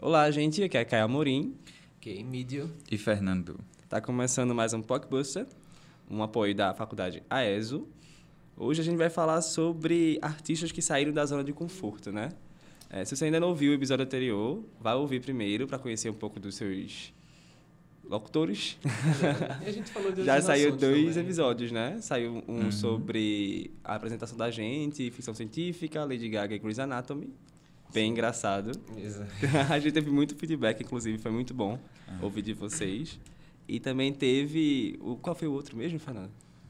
Olá, gente, aqui é Caio Amorim. Ok, Mídio. E Fernando. Tá começando mais um Podbuster, um apoio da faculdade AESO. Hoje a gente vai falar sobre artistas que saíram da zona de conforto, né? Se você ainda não ouviu o episódio anterior, vai ouvir primeiro para conhecer um pouco dos seus locutores. E a gente falou de Já outros saiu assuntos 2 também. episódios, né? Saiu um sobre a apresentação da gente, ficção científica, Lady Gaga e Grey's Anatomy. Bem engraçado. Exato. A gente teve muito feedback, inclusive, foi muito bom ouvir de vocês. E também teve... Qual foi o outro mesmo, Fernando?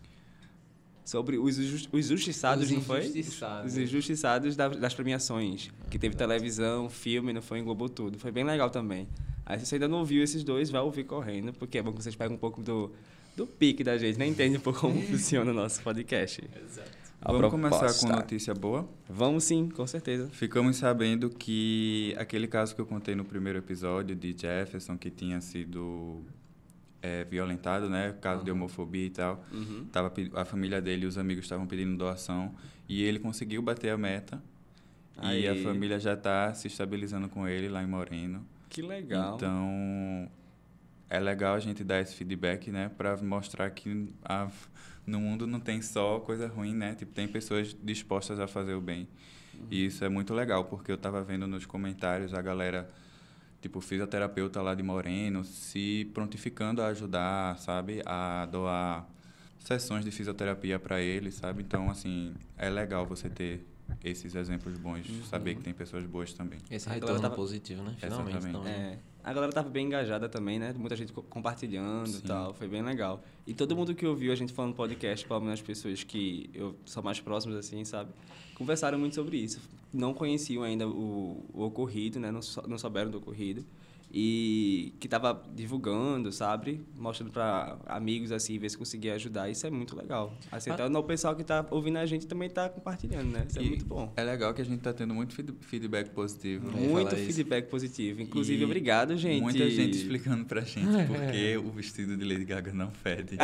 Sobre os injustiçados, não foi? Os injustiçados das premiações. Que teve televisão, filme, não foi? Englobou tudo. Foi bem legal também. Aí, se você ainda não ouviu esses dois, vai ouvir correndo, porque é bom que vocês pegam um pouco do pique da gente, né? Entende um pouco como funciona o nosso podcast. Exato. Vamos começar com notícia boa? Vamos sim, com certeza. Ficamos sabendo que aquele caso que eu contei no primeiro episódio de Jefferson, que tinha sido violentado, né? Caso de homofobia e tal. A família dele e os amigos estavam pedindo doação e ele conseguiu bater a meta. Aí. E a família já está se estabilizando com ele lá em Moreno. Que legal. Então, é legal a gente dar esse feedback, né? Para mostrar que no mundo não tem só coisa ruim, né? Tipo, tem pessoas dispostas a fazer o bem. E isso é muito legal, porque eu estava vendo nos comentários a galera, tipo, fisioterapeuta lá de Moreno, se prontificando a ajudar, sabe? A doar sessões de fisioterapia para eles, sabe? Então, assim, é legal você ter esses exemplos bons, saber que tem pessoas boas também. Esse A retorno galera positivo, né? Finalmente. Exatamente. Então, A galera tava bem engajada também, né? Muita gente compartilhando e Sim. tal. Foi bem legal. E todo mundo que ouviu a gente falando no podcast, pelo menos as pessoas que são mais próximas, assim, sabe? Conversaram muito sobre isso. Não conheciam ainda o ocorrido, né? Não souberam do ocorrido. E que tava divulgando, sabe? Mostrando para amigos, assim, ver se conseguia ajudar. Isso é muito legal. Assim, até o pessoal que tá ouvindo a gente também tá compartilhando, né? Isso é muito bom. É legal que a gente tá tendo muito feedback positivo. Eu ia Muito falar isso. feedback positivo. Inclusive, E obrigado, gente. Muita gente explicando pra gente porque o vestido de Lady Gaga não fede.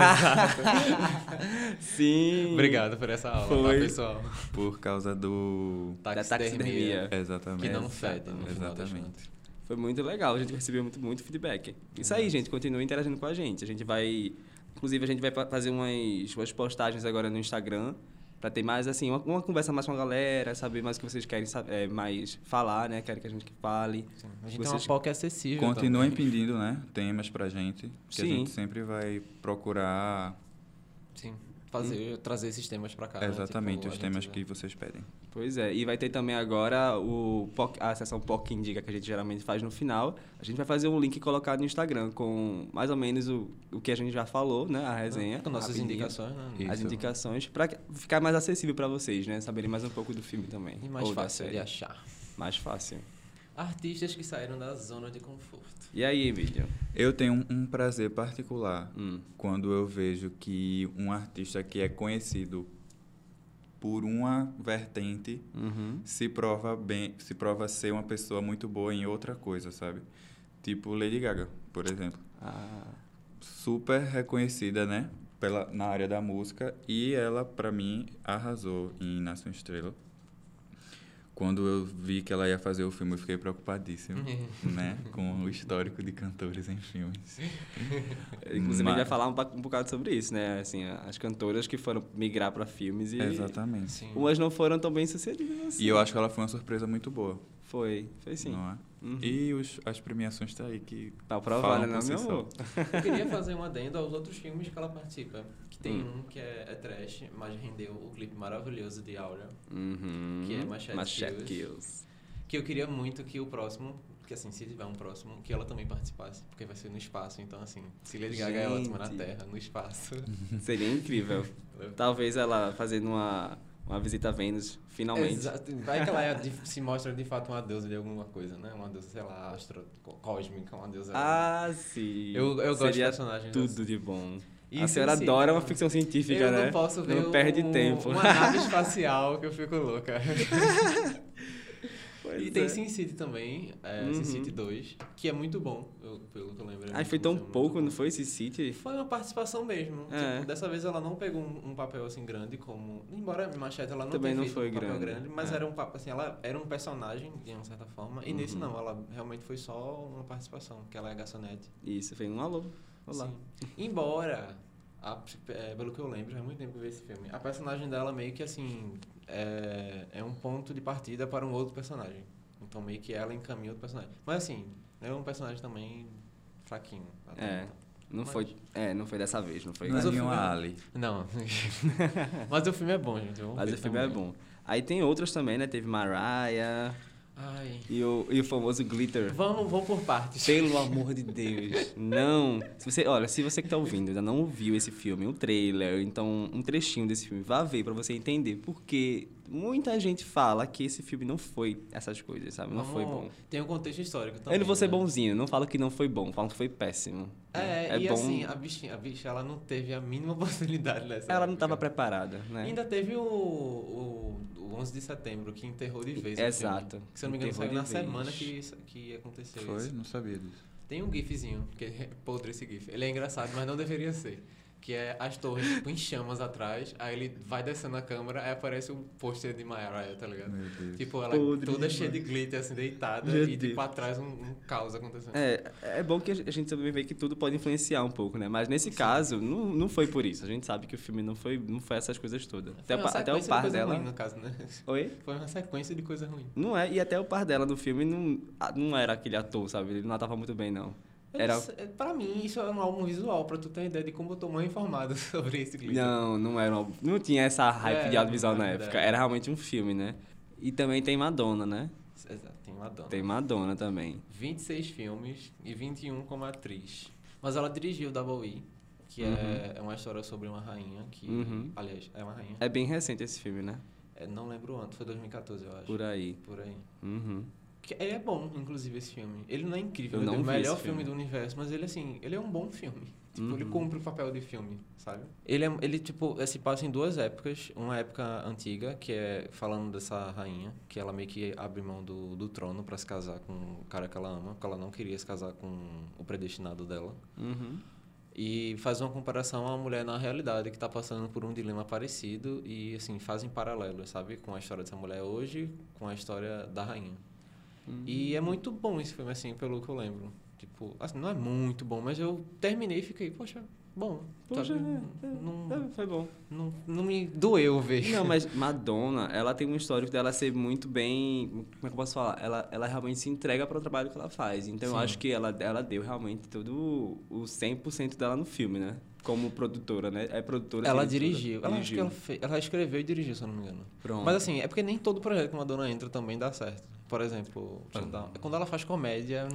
Sim. Obrigado por essa aula, Foi. tá, pessoal? Por causa do... Da taxidermia. Exatamente. Que não fede, no final das Exatamente. contas. Foi muito legal, a gente recebeu muito feedback. Isso aí, gente, continua interagindo com a gente. Inclusive, a gente vai fazer umas postagens agora no Instagram para ter mais, assim, uma conversa mais com a galera, saber mais o que vocês querem mais falar, né? Querem que a gente fale. Sim. A gente tem uma POC acessível Continuem também. pedindo, né? Temas pra gente. Que a Sim. gente sempre vai procurar Sim, trazer esses temas pra cá. exatamente né? Tipo, os a temas gente- que vocês pedem. Pois é, e vai ter também agora a sessão POC Indica, que a gente geralmente faz no final. A gente vai fazer um link colocado no Instagram com mais ou menos o que a gente já falou, né? A resenha. Com nossas rapidinho. indicações, né? Isso. As indicações, para ficar mais acessível para vocês, né? Saberem mais um pouco do filme também. E mais Ou da fácil de série. achar. Mais fácil. Artistas que saíram da zona de conforto. E aí, Emílio? Eu tenho um prazer particular Quando quando eu vejo que um artista que é conhecido por uma vertente se prova ser uma pessoa muito boa em outra coisa, sabe? Tipo Lady Gaga, por exemplo. Super reconhecida, né? Na área da música. E ela, pra mim, arrasou em Nasce uma Estrela. Quando eu vi que ela ia fazer o filme, eu fiquei preocupadíssimo, né? Com o histórico de cantores em filmes. Inclusive, a gente vai falar um bocado sobre isso, né? Assim, as cantoras que foram migrar para filmes e Exatamente. Sim. umas não foram tão bem sucedidas assim. E eu acho que ela foi uma surpresa muito boa. Foi sim. Não é? E as premiações tá aí que Tá provado, falam né, por si meu só. amor? Eu queria fazer um adendo aos outros filmes que ela participa. Que tem um que é trash, mas rendeu o clipe maravilhoso de Aura. Que é Machete Kills. Que eu queria muito que o próximo, que assim, se tiver um próximo, que ela também participasse. Porque vai ser no espaço, então assim, se Lady Gaga é ótima na Gente. Terra, no espaço. Seria incrível. Talvez ela fazendo uma visita a Vênus, finalmente. Exato. Vai que ela se mostra de fato uma deusa de alguma coisa, né? Uma deusa, sei lá, cósmica, uma deusa... Sim. Eu gosto de Seria personagens tudo assim. de bom. E a senhora sim, adora uma então, ficção científica, eu né? não posso ver Não perde tempo. uma nave espacial que eu fico louca. E tem Sin City também, Sin City 2, que é muito bom, pelo que eu lembro. Foi tão pouco, não foi, Sin City? Foi uma participação mesmo. Tipo, dessa vez ela não pegou um papel assim grande como... Embora Machete ela não também teve não foi um papel grande, mas era assim, ela era um personagem, de uma certa forma. E nesse não, ela realmente foi só uma participação, que ela é garçonete. Isso, foi um alô. Olá. Sim. Embora... pelo que eu lembro, já há muito tempo que eu vi esse filme. A personagem dela meio que assim é um ponto de partida para um outro personagem. Então meio que ela encaminha outro personagem. Mas assim, é um personagem também fraquinho. Não foi dessa vez, não foi. Mas o filme Ali. Não. Mas o filme é bom, gente. Mas o filme é bom. Aí tem outros também, né? Teve Mariah. Ai. E o famoso Glitter. Vamos por partes. Pelo amor de Deus. Não. Se você que tá ouvindo ainda não ouviu esse filme, um trailer, então um trechinho desse filme, vá ver pra você entender. Porque muita gente fala que esse filme não foi essas coisas, sabe? Não foi bom. Tem um contexto histórico também. Eu não vou ser bonzinho, não falo que não foi bom, falo que foi péssimo. E bom. Assim, a bicha, ela não teve a mínima possibilidade nessa Ela não tava preparada, né? Ainda teve o 11 de setembro, que enterrou de vez. Exato. Que, se eu não me engano, saiu na semana que aconteceu isso. Foi? Não sabia disso. Tem um gifzinho, que é podre esse gif. Ele é engraçado, mas não deveria ser. Que é as torres, tipo, em chamas atrás, aí ele vai descendo a câmera, aí aparece um pôster de Mariah, tá ligado? Meu Deus. Tipo, ela toda cheia de glitter, assim, deitada, e tipo, atrás um caos acontecendo. É bom que a gente também vê que tudo pode influenciar um pouco, né? Mas nesse caso, não foi por isso. A gente sabe que o filme não foi essas coisas todas. Até o par dela... ruim, no caso, né? Oi? Foi uma sequência de coisa ruim. Não é, e até o par dela no filme não era aquele ator, sabe? Ele não tava muito bem, não. Pra mim, isso é um álbum visual, pra tu ter uma ideia de como eu tô mal informado sobre esse clipe. Não era não tinha essa hype de audiovisual na época. Era realmente um filme, né? E também tem Madonna, né? Exato, tem Madonna. Tem Madonna também. 26 filmes e 21 como atriz. Mas ela dirigiu Double E, que é uma história sobre uma rainha que... Aliás, é uma rainha. É bem recente esse filme, né? Não lembro o ano, foi 2014, eu acho. Por aí. Ele é bom, inclusive, esse filme. Ele não é incrível, ele é o melhor filme do universo, mas ele, assim, ele é um bom filme. Tipo, ele cumpre o papel de filme, sabe? Ele tipo, se passa em duas épocas. Uma época antiga, que é falando dessa rainha, que ela meio que abre mão do trono pra se casar com o cara que ela ama, porque ela não queria se casar com o predestinado dela. E faz uma comparação a uma mulher na realidade que tá passando por um dilema parecido e, assim, fazem paralelo, sabe? Com a história dessa mulher hoje, com a história da rainha. E é muito bom esse filme, assim, pelo que eu lembro. Tipo, assim, não é muito bom, mas eu terminei e fiquei, poxa, bom. Poxa, foi bom. Não me doeu ver. Não, mas Madonna, ela tem um histórico dela ser muito bem... Como é que eu posso falar? Ela realmente se entrega para o trabalho que ela faz. Então, eu acho que ela deu realmente todo o 100% dela no filme, né? Como produtora, né? É produtora. Ela dirigiu. Acho que ela escreveu e dirigiu, se eu não me engano. Pronto. Mas assim, é porque nem todo projeto que a Madonna entra também dá certo. Por exemplo, quando ela faz comédia...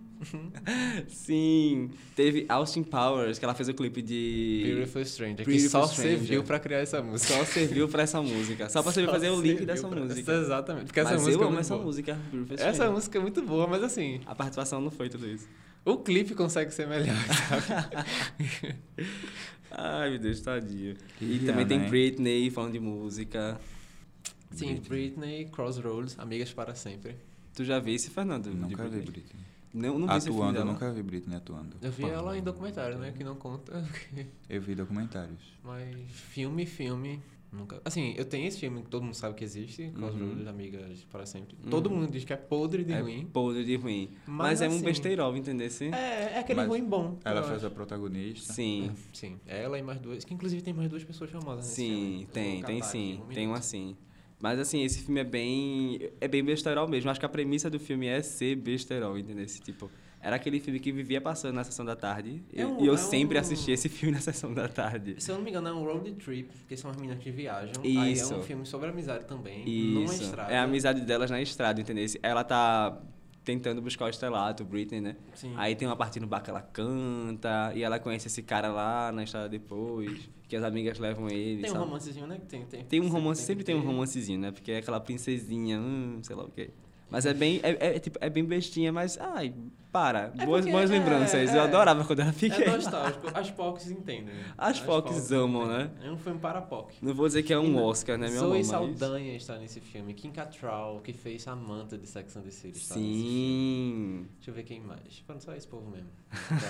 Sim. Teve Austin Powers, que ela fez o clipe de... Beautiful Stranger, que só serviu pra criar essa música. Só serviu pra essa música. Só pra servir fazer o link dessa música. Exatamente. Porque essa música eu amo essa música. Essa música é muito boa, mas assim... A participação não foi tudo isso. O clipe consegue ser melhor, sabe? Ai, meu Deus, tadinho. E também tem Britney falando de música. Sim, Britney, Crossroads, Amigas para Sempre. Tu já viu esse, Fernando? Nunca vi Britney. Não vi esse filme atuando, eu dela. nunca vi Britney atuando. Eu vi ela em documentário, né? Que não conta. Eu vi documentários. Mas filme... Nunca. Assim, eu tenho esse filme que todo mundo sabe que existe, Crossroads, Amigas para Sempre. Todo mundo diz que é podre de ruim. Podre de ruim. Mas é um besteirol, entendeu? É aquele ruim bom. Ela fez a protagonista. Sim. Sim. Ela e mais duas. Que inclusive tem mais duas pessoas famosas nesse filme. Sim, tem sim. Tem uma sim. Mas assim, esse filme é bem besterol mesmo. Acho que a premissa do filme é ser besterol, entendeu? Esse tipo... Era aquele filme que vivia passando na Sessão da Tarde. E eu sempre assisti esse filme na Sessão da Tarde. Se eu não me engano, é um road trip, porque são as meninas que viajam. Isso. Aí é um filme sobre amizade também, numa estrada. É a amizade delas na estrada, entendeu? Ela tá tentando buscar o estrelato, Britney, né? Sim. Aí tem uma parte no bar que ela canta, e ela conhece esse cara lá na estrada depois, que as amigas levam ele. Tem sabe? um romancezinho, né? Tem um romance, sempre tem um romancezinho, né? Porque é aquela princesinha, sei lá o quê. Mas é bem bestinha, mas Para. Boas lembranças. Eu adorava quando era pequeno. É nostálgico. As POCs entendem. As POCs amam, né? É um filme para POC. Não vou dizer que é um Oscar, né, meu amor? Zoe Saldanha está nesse filme. Kim Cattrall, que fez Samantha de Sex and the City, está nesse filme. Sim. Deixa eu ver quem mais. Pronto, só esse povo mesmo.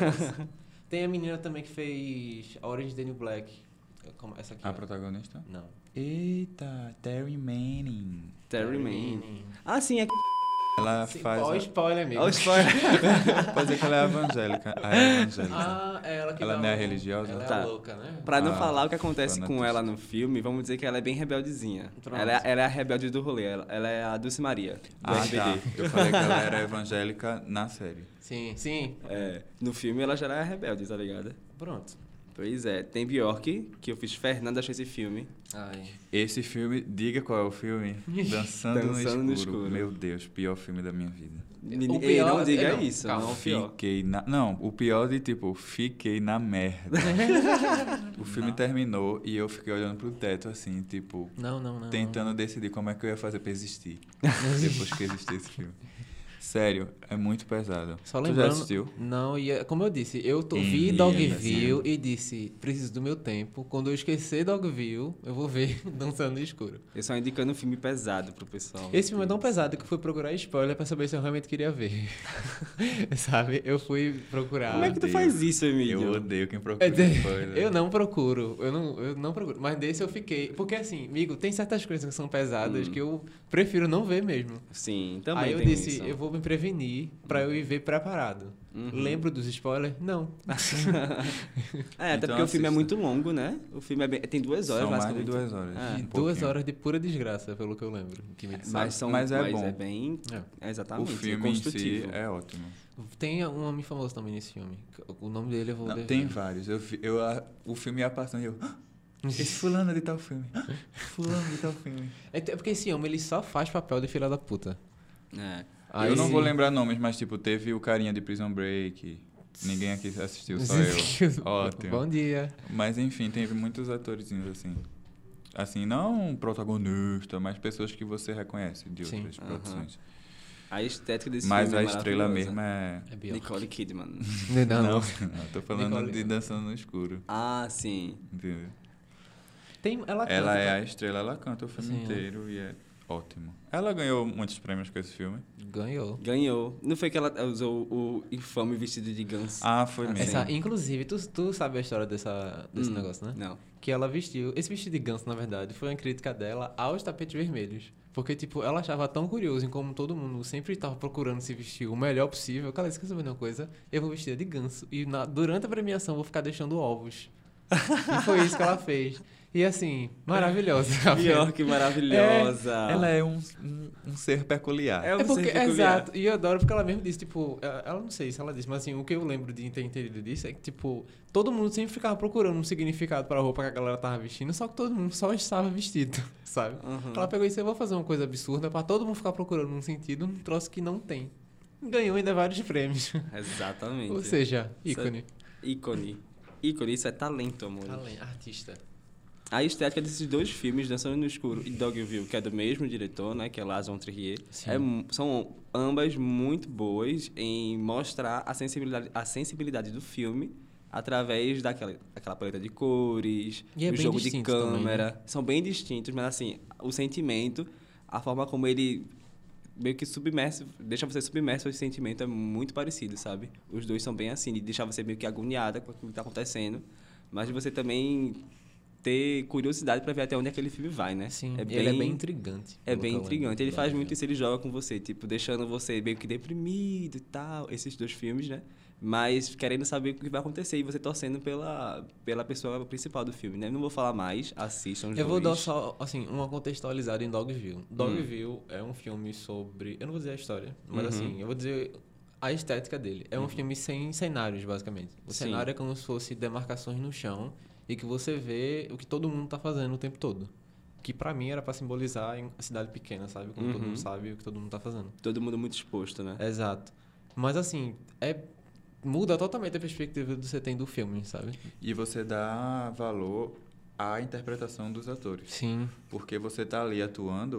Tem a menina também que fez Orange is the New Black. Essa aqui. A protagonista? Não. Eita, Terry Manning. Terry Manning. Ah, sim, é... Ela Sim, faz... ó, spoiler, amigo. Olha o spoiler. Pode dizer que ela é evangélica. Ah, é ela que Ela dá não é um- religiosa? Ela é Tá. a louca, né? Pra não falar o que acontece com fanatista. ela no filme, vamos dizer que ela é bem rebeldezinha. Pronto. Ela é a rebelde do rolê. Ela é a Dulce Maria, do Ah, RBD. tá. Eu falei que ela era evangélica na série. Sim, sim. É, no filme ela já era rebelde, tá ligado? Pronto. Pois é. Tem Bjork, que eu fiz Fernanda achou esse filme. Ai. Esse filme, diga qual é o filme? Dançando, Dançando no no escuro. Escuro. Meu Deus, pior filme da minha vida. O Ei, não pior- diga não, isso, calma. não, o pior. Fiquei na... Não, o pior de tipo, fiquei na merda. O filme terminou e eu fiquei olhando pro teto assim, tipo, Não. tentando decidir como é que eu ia fazer pra existir. Depois que existir esse filme. Sério, é muito pesado. Só Tu lembrando. já assistiu? Não, e como eu disse, vi Envia, Dogville e disse, preciso do meu tempo. Quando eu esquecer Dogville, eu vou ver Dançando no Escuro. Eu só indicando um filme pesado pro pessoal. Esse filme é tão pesado que eu fui procurar spoiler pra saber se eu realmente queria ver. Sabe? Eu fui procurar. Como é que tu Odeio. faz isso, Emílio? Eu odeio quem procura spoiler. Eu não procuro, eu não procuro. Mas desse eu fiquei. Porque assim, amigo, tem certas coisas que são pesadas que eu prefiro não ver mesmo. Sim, também Aí eu tem disse, isso. eu vou me prevenir pra eu ir ver preparado. Lembro dos spoilers? Não. É, até Então porque o filme é assista. muito longo, né? O filme tem 2 horas, São mais de basicamente. 2 horas. É. E um 2 pouquinho. horas de pura desgraça, pelo que eu lembro. Que me disseram. Mas é bom. é bem... É. Exatamente, O é filme em si construtivo. é ótimo. Tem um homem famoso também nesse filme. O nome dele eu vou Não, ver. tem vários. O filme ia passando e eu... Esse fulano de tal filme. Fulano de tal filme. É porque esse homem, ele só faz papel de filha da puta. É. Aí Eu não sim. vou lembrar nomes, mas tipo, teve o carinha de Prison Break. Ninguém aqui assistiu, só eu. Ótimo. Bom dia. Mas enfim, teve muitos atorzinhos assim. Assim, não protagonista, mas pessoas que você reconhece de Sim. outras produções. A estética desse Mas filme a é estrela maravilhosa. mesmo é... É Bjork. Nicole Kidman. Não. Tô falando Nicole- de Dançando no Escuro. Ah, sim. Entendeu? Ela canta, Ela é tá? a estrela, ela canta o filme Sim. inteiro e é ótimo. Ela ganhou muitos prêmios com esse filme. Ganhou. Ganhou. Não foi que ela usou o infame vestido de ganso? Ah, foi Ah, mesmo. Essa, inclusive, tu sabe a história desse negócio, né? Não. Que ela vestiu... Esse vestido de ganso, na verdade, foi uma crítica dela aos tapetes vermelhos. Porque, tipo, ela achava tão curioso em como todo mundo sempre estava procurando se vestir o melhor possível, que ela disse, quer saber de uma coisa? Eu vou vestir de ganso. E durante a premiação eu vou ficar deixando ovos. E foi isso que ela fez. E assim, maravilhosa. Bjork maravilhosa. Ela é um ser peculiar. É um É porque, ser peculiar. exato, e eu adoro porque ela mesmo disse, tipo, ela não sei se ela disse, mas assim, o que eu lembro de ter entendido disso é que, tipo, todo mundo sempre ficava procurando um significado pra roupa que a galera tava vestindo, só que todo mundo só estava vestido, sabe? Uhum. Ela pegou isso, eu vou fazer uma coisa absurda pra todo mundo ficar procurando um sentido, um troço que não tem. Ganhou ainda vários prêmios. Exatamente. Ou seja, ícone. Ícone. Ícone, isso é talento, amor. Artista. A estética desses dois filmes, Dançando no Escuro e Dogville, que é do mesmo diretor, né, que é Lars von Trier, são ambas muito boas em mostrar a sensibilidade do filme através daquela paleta de cores, E é o bem jogo de distinto também, câmera. né? São bem distintos, mas assim, o sentimento, a forma como ele meio que deixa você submerso ao sentimento é muito parecido, sabe? Os dois são bem assim, de deixar você meio que agoniada com o que está acontecendo, mas de você também ter curiosidade para ver até onde aquele filme vai, né? Sim, ele é bem intrigante. É pelo bem que eu intrigante. lembro Ele do faz filme. muito isso, ele joga com você, tipo, deixando você meio que deprimido e tal, esses dois filmes, né? Mas querendo saber o que vai acontecer e você torcendo pela pessoa principal do filme, né? Não vou falar mais, assistam os Eu vou dar dois. só, assim, uma contextualizada em Dogville. Dogville é um filme sobre... Eu não vou dizer a história, mas assim, eu vou dizer a estética dele. É um filme sem cenários, basicamente. O Sim. cenário é como se fosse demarcações no chão e que você vê o que todo mundo tá fazendo o tempo todo. Que pra mim era pra simbolizar a cidade pequena, sabe? Como todo mundo sabe o que todo mundo tá fazendo. Todo mundo muito exposto, né? Exato. Mas assim, muda totalmente a perspectiva que você tem do filme, sabe? E você dá valor à interpretação dos atores. Sim. Porque você tá ali atuando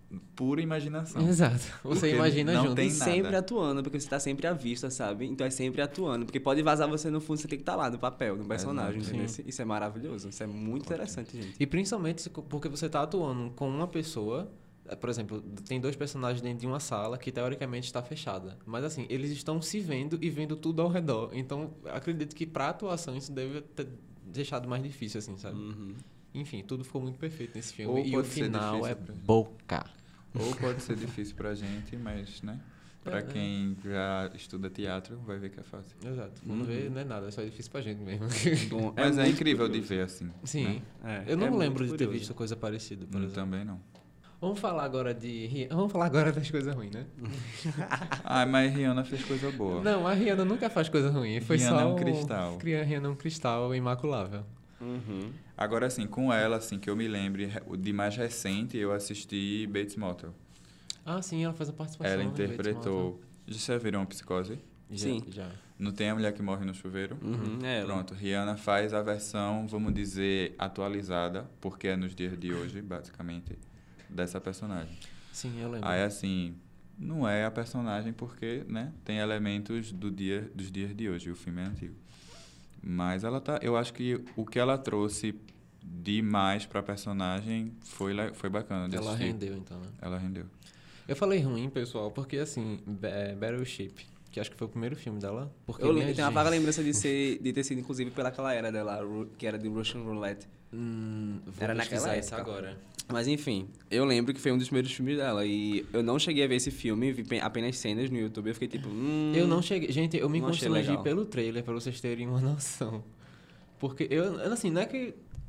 pura imaginação. Exato. Você Porque imagina não junto. tem E nada. sempre atuando, porque você tá sempre à vista, sabe? Então é sempre atuando. Porque pode vazar você no fundo, você tem que estar lá no papel, no personagem. Exato. Entendeu? Isso é maravilhoso. Isso é muito interessante, gente. E principalmente porque você tá atuando com uma pessoa. Por exemplo, tem 2 personagens dentro de uma sala que teoricamente está fechada. Mas assim, eles estão se vendo e vendo tudo ao redor. Então, acredito que pra atuação isso deve ter deixado mais difícil, assim, sabe? Enfim, tudo ficou muito perfeito nesse filme. Ou E o pode ser final difícil é pra- boca. Ou pode ser difícil pra gente, mas, né? Pra quem já estuda teatro, vai ver que é fácil. Exato. Quando vê, não é nada, é só difícil pra gente mesmo. Bom, Mas é muito incrível curioso. de ver assim. Sim. Né? É, Eu não é muito lembro de ter curioso. visto coisa parecida, por exemplo. Também não. Vamos falar agora de Rihanna. Vamos falar agora das coisas ruins, né? Ah, mas Rihanna fez coisa boa. Não, a Rihanna nunca faz coisa ruim. Foi Rihanna só é um cristal. Rihanna é um cristal imaculável. Uhum. Agora, assim, com ela, assim, que eu me lembre, o de mais recente, eu assisti Bates Motel. Ah, sim, ela faz a participação. Ela no Bates interpretou... Já viram Psicose? Motel. Sim. Já. Não tem a mulher que morre no chuveiro? Uhum. É ela. Pronto, Rihanna faz a versão, vamos dizer, atualizada, porque é nos dias de hoje, basicamente, dessa personagem. Sim, eu lembro. Aí, assim, não é a personagem porque, né, tem elementos dos dias de hoje, o filme é antigo. Mas ela tá, eu acho que o que ela trouxe demais pra personagem foi bacana de Ela assistir. rendeu, então, né? Ela rendeu. Eu falei ruim, pessoal, porque, assim, Battleship, que acho que foi o primeiro filme dela. Porque Eu minha tenho uma gente- vaga lembrança de ter sido, inclusive, pelaquela era dela, que era de Russian Roulette. Vou Era pesquisar naquela isso época. agora. Mas enfim, eu lembro que foi um dos primeiros filmes dela. E eu não cheguei a ver esse filme, vi apenas cenas no YouTube. Eu fiquei tipo. Eu não cheguei... Gente, eu me não achei constrangi legal. pelo trailer, pra vocês terem uma noção. Porque eu assim, não é que...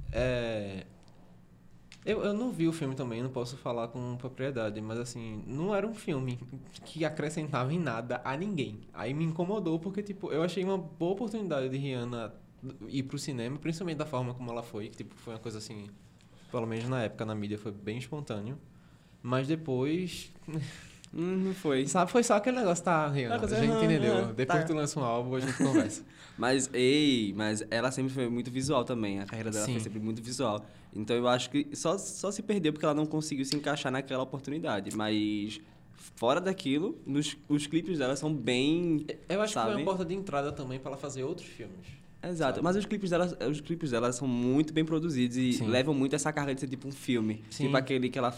Eu não vi o filme também, não posso falar com propriedade, mas assim, não era um filme que acrescentava em nada a ninguém. Aí me incomodou porque, tipo, eu achei uma boa oportunidade de Rihanna ir pro cinema, principalmente da forma como ela foi, que tipo, foi uma coisa assim, pelo menos na época, na mídia, foi bem espontâneo. Mas depois, Não foi. sabe, foi só aquele negócio, tá, Rihanna, Aquela coisa, a gente entendeu. tá. Depois tu lança um álbum, a gente conversa. Mas ela sempre foi muito visual também. A carreira dela Sim. foi sempre muito visual. Então eu acho que só se perdeu porque ela não conseguiu se encaixar naquela oportunidade. Mas fora daquilo, os clipes dela são bem. Eu acho que foi sabe? uma porta de entrada também pra ela fazer outros filmes. Exato, sabe? mas os clipes dela são muito bem produzidos e Sim. levam muito essa carga de ser tipo um filme. Sim. Tipo aquele que ela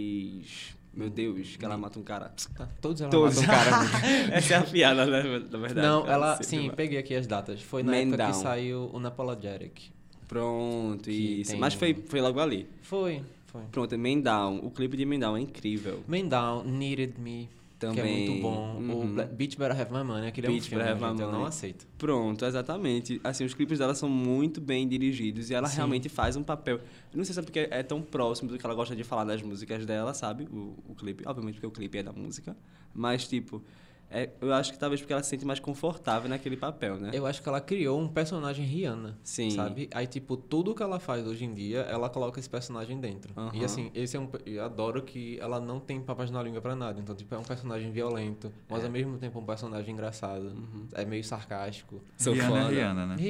faz. Meu Deus, que ela mata um cara. Tá, todos ela Todos. matam um cara. Essa é a piada, né? Na verdade. Não, ela... sempre Sim, mata. peguei aqui as datas. Foi na Man época Down. que saiu o Unapologetic. Pronto, Que isso. tem- Mas foi logo ali. Foi. Pronto, Man Down. O clipe de Man Down é incrível. Man Down, Needed Me, que é Também. muito bom. Uhum. O Beach Better Have My Money, aquele é um Beach filme, Better Have gente, My eu não Money. aceito. Pronto, exatamente. Assim, os clipes dela são muito bem dirigidos e ela Sim. realmente faz um papel. Eu não sei se é porque é tão próximo do que ela gosta de falar das músicas dela, sabe? O clipe. Obviamente porque o clipe é da música. Mas, tipo, eu acho que talvez porque ela se sente mais confortável naquele papel, né? Eu acho que ela criou um personagem Rihanna, Sim. sabe? Aí, tipo, tudo que ela faz hoje em dia, ela coloca esse personagem dentro. Aham. E, assim, eu adoro que ela não tem papas na língua pra nada. Então, tipo, é um personagem violento, mas ao mesmo tempo um personagem engraçado. É meio sarcástico. Sou Rihanna foda. é Rihanna, né?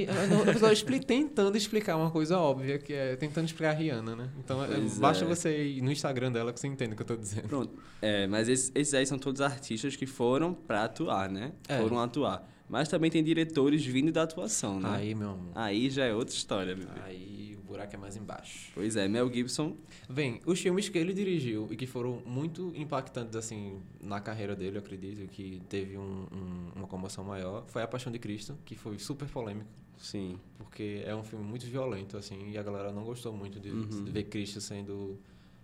Eu tô tentando explicar uma coisa óbvia, que é tentando explicar a Rihanna, né? Então, Pois basta é. você ir no Instagram dela que você entende o que eu tô dizendo. Pronto. Mas esses aí são todos artistas que foram pra atuar, né? É. Foram atuar. Mas também tem diretores vindo da atuação, né? Aí, meu amor. Aí já é outra história, bebê. Aí o buraco é mais embaixo. Pois é, Mel Gibson. Bem, os filmes que ele dirigiu e que foram muito impactantes, assim, na carreira dele, eu acredito, que teve uma comoção maior, foi A Paixão de Cristo, que foi super polêmico, Sim. porque é um filme muito violento, assim, e a galera não gostou muito de ver Cristo sendo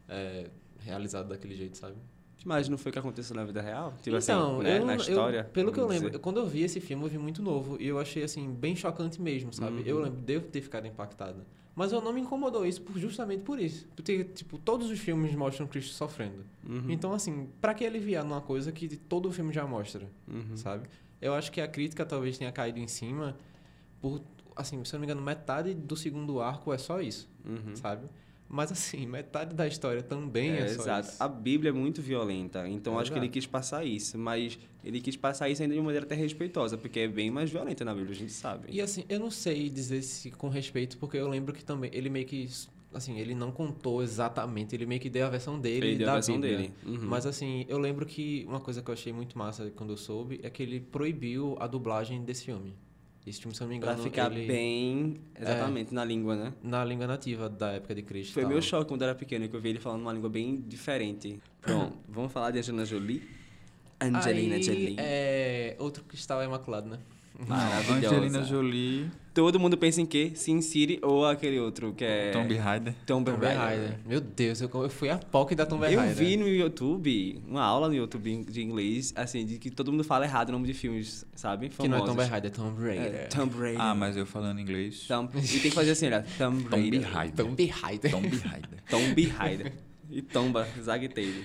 realizado daquele jeito, sabe? Mas não foi o que aconteceu na vida real? Tipo Então, assim, né? eu, Na história? pelo que eu vamos lembro, dizer. quando eu vi esse filme, eu vi muito novo. E eu achei, assim, bem chocante mesmo, sabe? Uhum. Eu lembro de eu ter ficado impactada. Mas eu não me incomodou isso justamente por isso. Porque, tipo, todos os filmes mostram Cristo sofrendo. Uhum. Então, assim, pra que aliviar numa coisa que todo o filme já mostra, Uhum. sabe? Eu acho que a crítica talvez tenha caído em cima por, assim, se eu não me engano, metade do segundo arco é só isso, Uhum. sabe? Mas, assim, metade da história também é só exato. isso. A Bíblia é muito violenta, então acho que ele Exato. quis passar isso, mas ele quis passar isso ainda de uma maneira até respeitosa, porque é bem mais violenta na Bíblia, a gente sabe. E assim, eu não sei dizer se com respeito, porque eu lembro que também ele meio que assim, ele não contou exatamente, ele meio que deu a versão dele Ele deu da a versão Bíblia. dele. Uhum. Mas assim, eu lembro que uma coisa que eu achei muito massa quando eu soube é que ele proibiu a dublagem desse filme. Esse filme, se eu não me engano, Pra ficar bem, exatamente, na língua, né? na língua nativa da época de Cristo. Foi meu choque quando eu era pequeno, que eu vi ele falando uma língua bem diferente. Pronto, vamos falar de Angelina Jolie? Angelina Jolie. Outro cristal imaculado, né? Maravilhosa. Angelina Jolie, Todo mundo pensa em quê? Sin City ou aquele outro que é... Tomb Raider. Tomb Tomb Raider. Raider. Meu Deus, eu fui a POC da Tomb Eu Raider. vi no YouTube, uma aula no YouTube de inglês, assim, de que todo mundo fala errado o nome de filmes, sabe? Que não é Famosos. Tomb Raider, é Tomb Raider. É, Tomb Raider. Ah, mas eu falando inglês. E tem que fazer assim, olha, Tomb Tomb Raider. Raider. Tomb Raider. Tomb Raider. Tomb Raider. E tomba, Zag Taylor.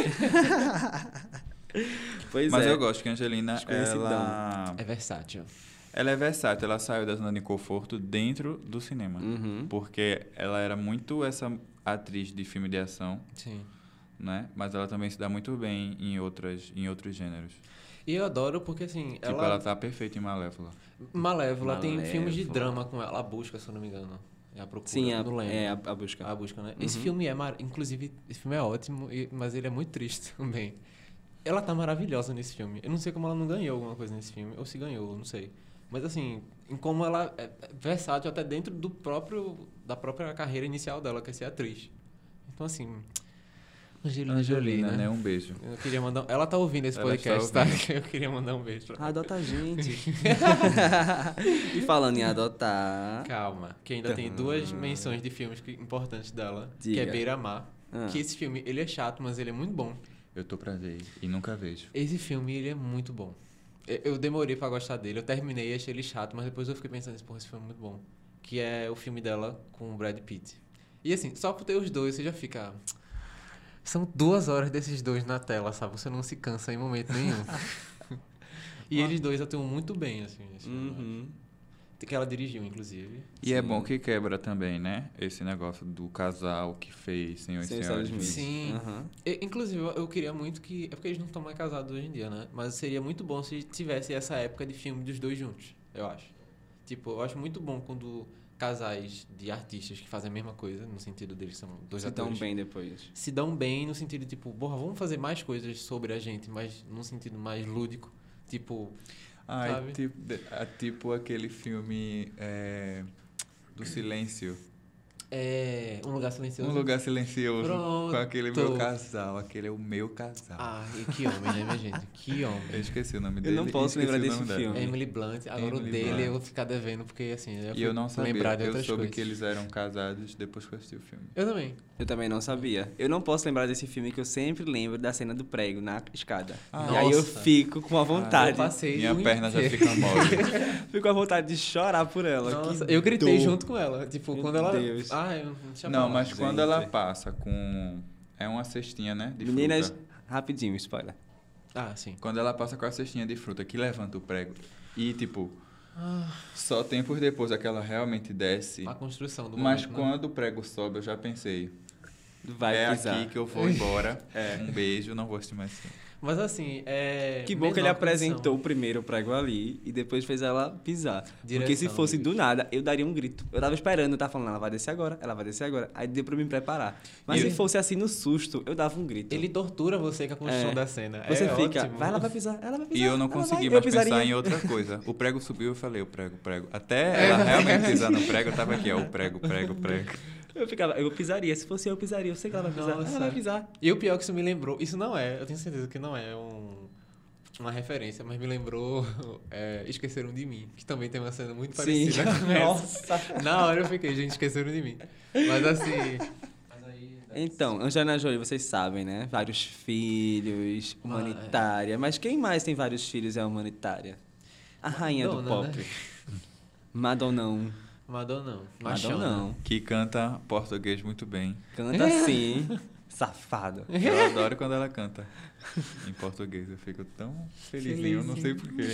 Pois Mas é. eu gosto que a Angelina, Desconhecidão. É versátil. ela é versátil. Ela saiu da zona de conforto dentro do cinema. Uhum. Porque ela era muito essa atriz de filme de ação, Sim. né? Mas ela também se dá muito bem em outros gêneros. E eu adoro porque, assim, Tipo, ela tá perfeita em Malévola. Malévola tem Malévola. filmes de drama com ela. A Busca, se eu não me engano. É a Procura, Sim, não lembro. é a busca. A Busca, né? Esse filme inclusive, esse filme é ótimo, mas ele é muito triste também. Ela tá maravilhosa nesse filme. Eu não sei como ela não ganhou alguma coisa nesse filme. Ou se ganhou, não sei. Mas assim, em como ela é versátil até dentro da própria carreira inicial dela, que é ser atriz. Então assim, Angelina Jolie, né? Um beijo. Eu queria mandar... Ela tá ouvindo esse Ela podcast, está tá? Eu queria mandar um beijo pra ela. Adota a gente. E falando em adotar... Calma, que ainda tem duas menções de filmes importantes dela, que Diga. é Beira-Mar. Ah. Que esse filme, ele é chato, mas ele é muito bom. Eu tô pra ver e nunca vejo. Esse filme, ele é muito bom. Eu demorei pra gostar dele, eu terminei e achei ele chato, mas depois eu fiquei pensando, porra, esse filme é muito bom. Que é o filme dela com o Brad Pitt. E assim, só por ter os dois, você já fica... São 2 horas desses dois na tela, sabe? Você não se cansa em momento nenhum. E eles dois atuam muito bem, assim, nesse filme. Uhum. Que ela dirigiu, inclusive. E é bom que quebra também, né? Esse negócio do casal que fez Senhor e Senhora Smith. Sim. Uhum. Inclusive, eu queria muito que... É porque eles não estão mais casados hoje em dia, né? Mas seria muito bom se tivesse essa época de filme dos dois juntos, eu acho. Tipo, eu acho muito bom quando casais de artistas que fazem a mesma coisa, no sentido deles são dois Se atores. dão bem depois. Se dão bem no sentido, tipo, porra, vamos fazer mais coisas sobre a gente, mas num sentido mais lúdico. Tipo... Ai, tipo aquele filme do silêncio. Um Lugar Silencioso. Um Lugar Silencioso. Pronto. Com aquele meu casal. Aquele é o meu casal. Ah, e que homem, né, minha gente? Que Eu homem. esqueci o nome Eu dele. não posso esqueci lembrar o desse nome dela. filme. Emily Blunt. Agora Emily o dele Blunt. eu vou ficar devendo, porque assim, E eu não sabia. lembrar de Eu outras soube coisas. que eles eram casados depois que eu assisti o filme. Eu também. Eu também não sabia. Eu não posso lembrar desse filme que eu sempre lembro da cena do prego na escada. Ah, e aí eu nossa. fico com a vontade. Eu passei Minha o perna já inteiro. fica mole. Fico com a vontade de chorar por ela. Nossa, Que eu gritei dor. junto com ela. Tipo, Meu quando ela... Deus. Ah, eu não tinha Não, palavras. mas quando gente. ela passa com... É uma cestinha, né? De Meninas, fruta. rapidinho, spoiler. Ah, sim. Quando ela passa com a cestinha de fruta que levanta o prego e, tipo, Ah, só tempos depois é que ela realmente desce. a construção do Mas momento, né? quando o prego sobe, eu já pensei, Vai pisar. aqui que eu vou embora. Um beijo, não vou assistir mais filme. Mas assim, Que bom que ele menor apresentou condição. o primeiro prego ali e depois fez ela pisar. Porque se Direção, fosse bicho. do nada, eu daria um grito. Eu tava esperando, eu tava falando, ela vai descer agora, ela vai descer agora. Aí deu pra me preparar. Mas Ele- se fosse assim no susto, eu dava um grito. Ele tortura você com a construção É. da cena. Você É fica, ótimo. vai, ela vai pisar, ela vai pisar. E eu não ela consegui vai. mais Eu pisaria. pensar em outra coisa. O prego subiu, eu falei, o prego. Até ela realmente pisar no prego, eu tava aqui, ó, o prego. Eu pisaria. Se fosse eu pisaria. Eu sei que ela vai pisar. Nossa. Ela vai pisar. E o pior que isso me lembrou... Isso não é, eu tenho certeza que não é uma referência, mas me lembrou Esqueceram de Mim, que também tem uma cena muito Sim. parecida com essa. Nossa. Na hora eu fiquei, gente, Esqueceram de Mim. Mas assim... Então, Angelina Jolie, vocês sabem, né? Vários filhos, humanitária. Mas quem mais tem vários filhos é humanitária? A rainha do Madonna, pop. né? Madonnão. Madonnão. Madonnão. Que canta português muito bem. Canta assim. Safado. Eu adoro quando ela canta em português. Eu fico tão felizinho, não sei porquê.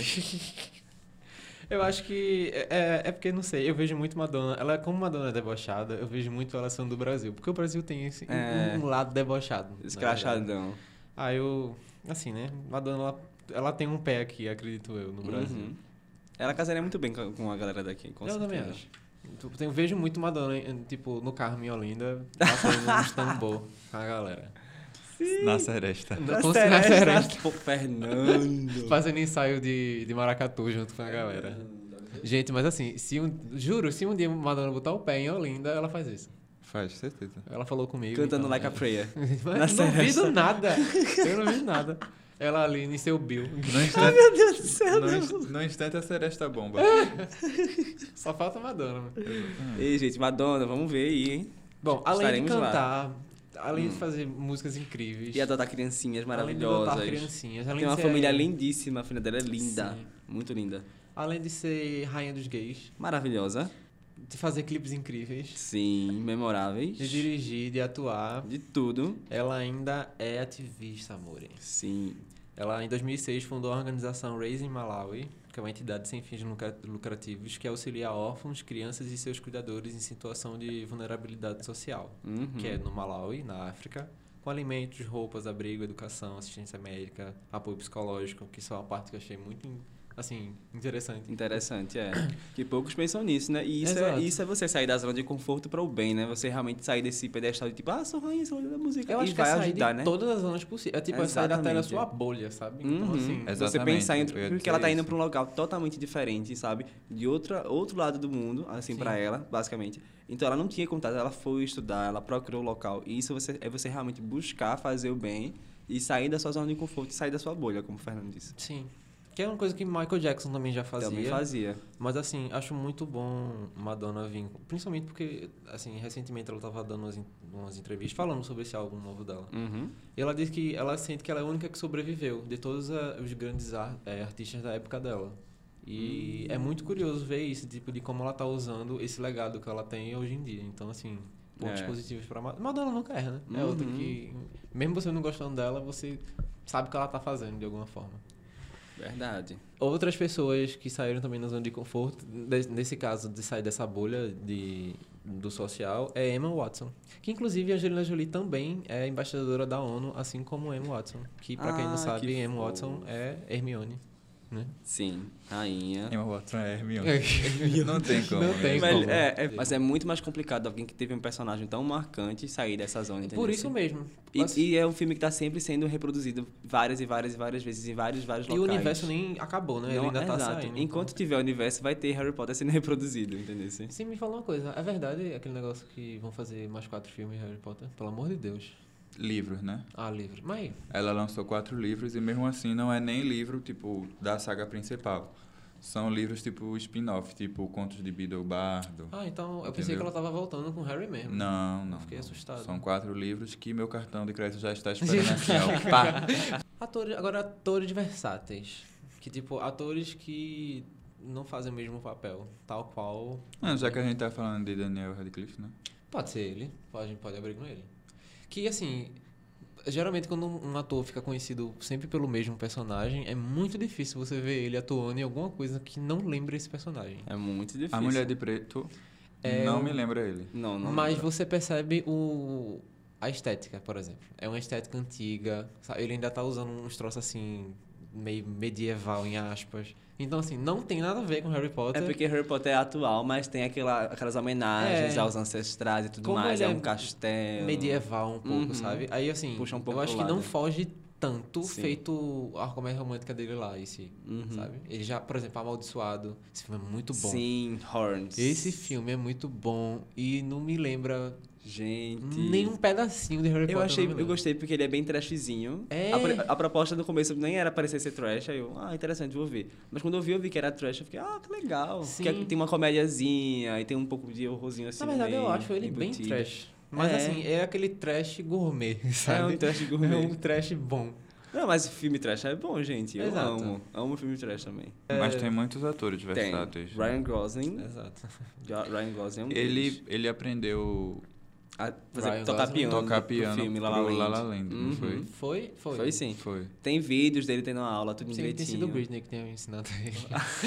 Eu acho que é porque, não sei, eu vejo muito Madonna. Ela, como Madonna é debochada, eu vejo muito ela sendo do Brasil. Porque o Brasil tem um lado debochado. na verdade. Escrachadão. Assim, né? Madonna, ela tem um pé aqui, acredito eu, no Brasil. Uhum. Ela casaria muito bem com a galera daqui, com Eu também certeza. acho. Eu vejo muito Madonna, tipo, no carro em Olinda, batendo uns tambor com a galera. Sim. Na Seresta. Na Seresta. Fernando. Fazendo ensaio de maracatu junto com a galera. Gente, mas assim, juro, se um dia Madonna botar o pé em Olinda, ela faz isso. Faz, certeza. Ela falou comigo. Cantando então, Like a Prayer. Mas não vi nada. Eu não vi nada. Ela ali em seu Bill. Ai, meu Deus do céu. No instante a Seresta bomba. Só falta Madonna. Ei, gente, Madonna, vamos ver aí, hein? Bom, além Estaremos de lá. cantar, além de fazer músicas incríveis. E adotar criancinhas Além de maravilhosas. adotar criancinhas. Além Tem uma de ser- família lindíssima, a filha dela é linda. Sim. Muito linda. Além de ser rainha dos gays, Maravilhosa. de fazer clipes incríveis, Sim, memoráveis. de dirigir, de atuar, De tudo. ela ainda é ativista, amore. Sim. Ela, em 2006, fundou a organização Raising Malawi, que é uma entidade sem fins lucrativos que auxilia órfãos, crianças e seus cuidadores em situação de vulnerabilidade social, Uhum. que é no Malawi, na África, com alimentos, roupas, abrigo, educação, assistência médica, apoio psicológico, que isso é uma parte que eu achei muito, assim, interessante. Interessante, é. Que poucos pensam nisso, né? E Exato. isso é você sair da zona de conforto para o bem, né? Você realmente sair desse pedestal de tipo, sou rainha, sou da música. Eu e acho que vai é sair ajudar, de né? todas as zonas possíveis. É tipo, é sair até da Exatamente. sua bolha, sabe? Então, Uhum. assim... Exato. Você Exatamente, pensar eu ia porque dizer ela tá indo isso. para um local totalmente diferente, sabe? De outro lado do mundo, assim, Sim. para ela, basicamente. Então ela não tinha contato, ela foi estudar, ela procurou o local. E isso é você realmente buscar fazer o bem e sair da sua zona de conforto e sair da sua bolha, como o Fernando disse. Sim. Que é uma coisa que Michael Jackson também já fazia. Também fazia. Mas, assim, acho muito bom Madonna vir. Principalmente porque, assim, recentemente ela tava dando umas entrevistas falando sobre esse álbum novo dela. Uhum. E ela disse que ela sente que ela é a única que sobreviveu de todos os grandes artistas da época dela. E é muito curioso ver isso, tipo, de como ela tá usando esse legado que ela tem hoje em dia. Então, assim, pontos É. positivos pra Madonna. Madonna nunca erra, né? É Uhum. outra que, mesmo você não gostando dela, você sabe o que ela tá fazendo de alguma forma. Verdade. Outras pessoas que saíram também na zona de conforto, nesse caso de sair dessa bolha do social, é Emma Watson. Que inclusive a Angelina Jolie também é embaixadora da ONU, assim como Emma Watson. Que pra quem não sabe, que Emma fofo. Watson é Hermione. Né? Sim, rainha. Emma Watson é Hermione. Não tem como. Não tem né? como. Mas é muito mais complicado alguém que teve um personagem tão marcante sair dessa zona, entendeu? Por isso mesmo. E é um filme que tá sempre sendo reproduzido várias e várias e várias vezes em vários E locais. o universo nem acabou, né? Ele Não, ainda tá exato. saindo. Enquanto tiver universo, vai ter Harry Potter sendo reproduzido, entendeu? Sim, me fala uma coisa. É verdade aquele negócio que vão fazer mais 4 filmes de Harry Potter? Pelo amor de Deus. Livros, né? Ah, livre. Mas Ela lançou 4 livros e mesmo assim não é nem livro, tipo, da saga principal. São livros tipo spin-off, tipo Contos de Beedle Bardo. Ah, então eu pensei Entendeu? que ela tava voltando com Harry mesmo. Não. Fiquei assustado. São 4 livros que meu cartão de crédito já está esperando assim, ó. Pá! Atores versáteis. Que, tipo, atores que não fazem o mesmo papel. Tal qual... Já que a gente tá falando de Daniel Radcliffe, né? Pode ser ele. A gente pode abrir com ele. Que, assim... Geralmente, quando um ator fica conhecido sempre pelo mesmo personagem, é muito difícil você ver ele atuando em alguma coisa que não lembre esse personagem. É muito difícil. A Mulher de Preto, É não um- me lembra ele. Não. Mas você percebe a estética, por exemplo. É uma estética antiga. Sabe? Ele ainda tá usando uns troços assim, meio medieval, em aspas. Então, assim, não tem nada a ver com Harry Potter. É porque Harry Potter é atual, mas tem aquelas homenagens É. aos ancestrais e tudo Como mais. ele É é um castelo. medieval um pouco, Uhum. sabe? Aí, assim, Puxa um pouco eu acho pro que não lado. foge tanto Sim. feito a comédia romântica dele lá, esse, Uhum. sabe? Ele já, por exemplo, Amaldiçoado. Esse filme é muito bom. Sim, Horns. Esse filme é muito bom e não me lembra Gente. nem um pedacinho de Harry Potter. não me Eu gostei porque ele é bem trashzinho. É. A proposta no começo nem era parecer ser trash, aí eu, interessante, vou ver. Mas quando eu vi que era trash, eu fiquei, que legal. Sim. Porque tem uma comédiazinha e tem um pouco de horrorzinho assim. Na no verdade, eu meio, acho ele bem embutido. trash. Mas, É. assim, é aquele trash gourmet, sabe? É um trash gourmet. É um trash bom. Não, mas filme trash é bom, gente. Eu Exato. amo. Amo filme trash também. Mas tem muitos atores Tem. versáteis. Ryan Gosling. Exato. Ryan Gosling é um deles. Ele aprendeu Ryan Tocar Gosling. piano. tocar pro piano filme pro La La Land, não Uhum. foi? Foi? Foi. Foi sim. Foi. Tem vídeos dele tendo uma aula, tudo Sim, tem direitinho. sido o Britney que tem ensinado a ele.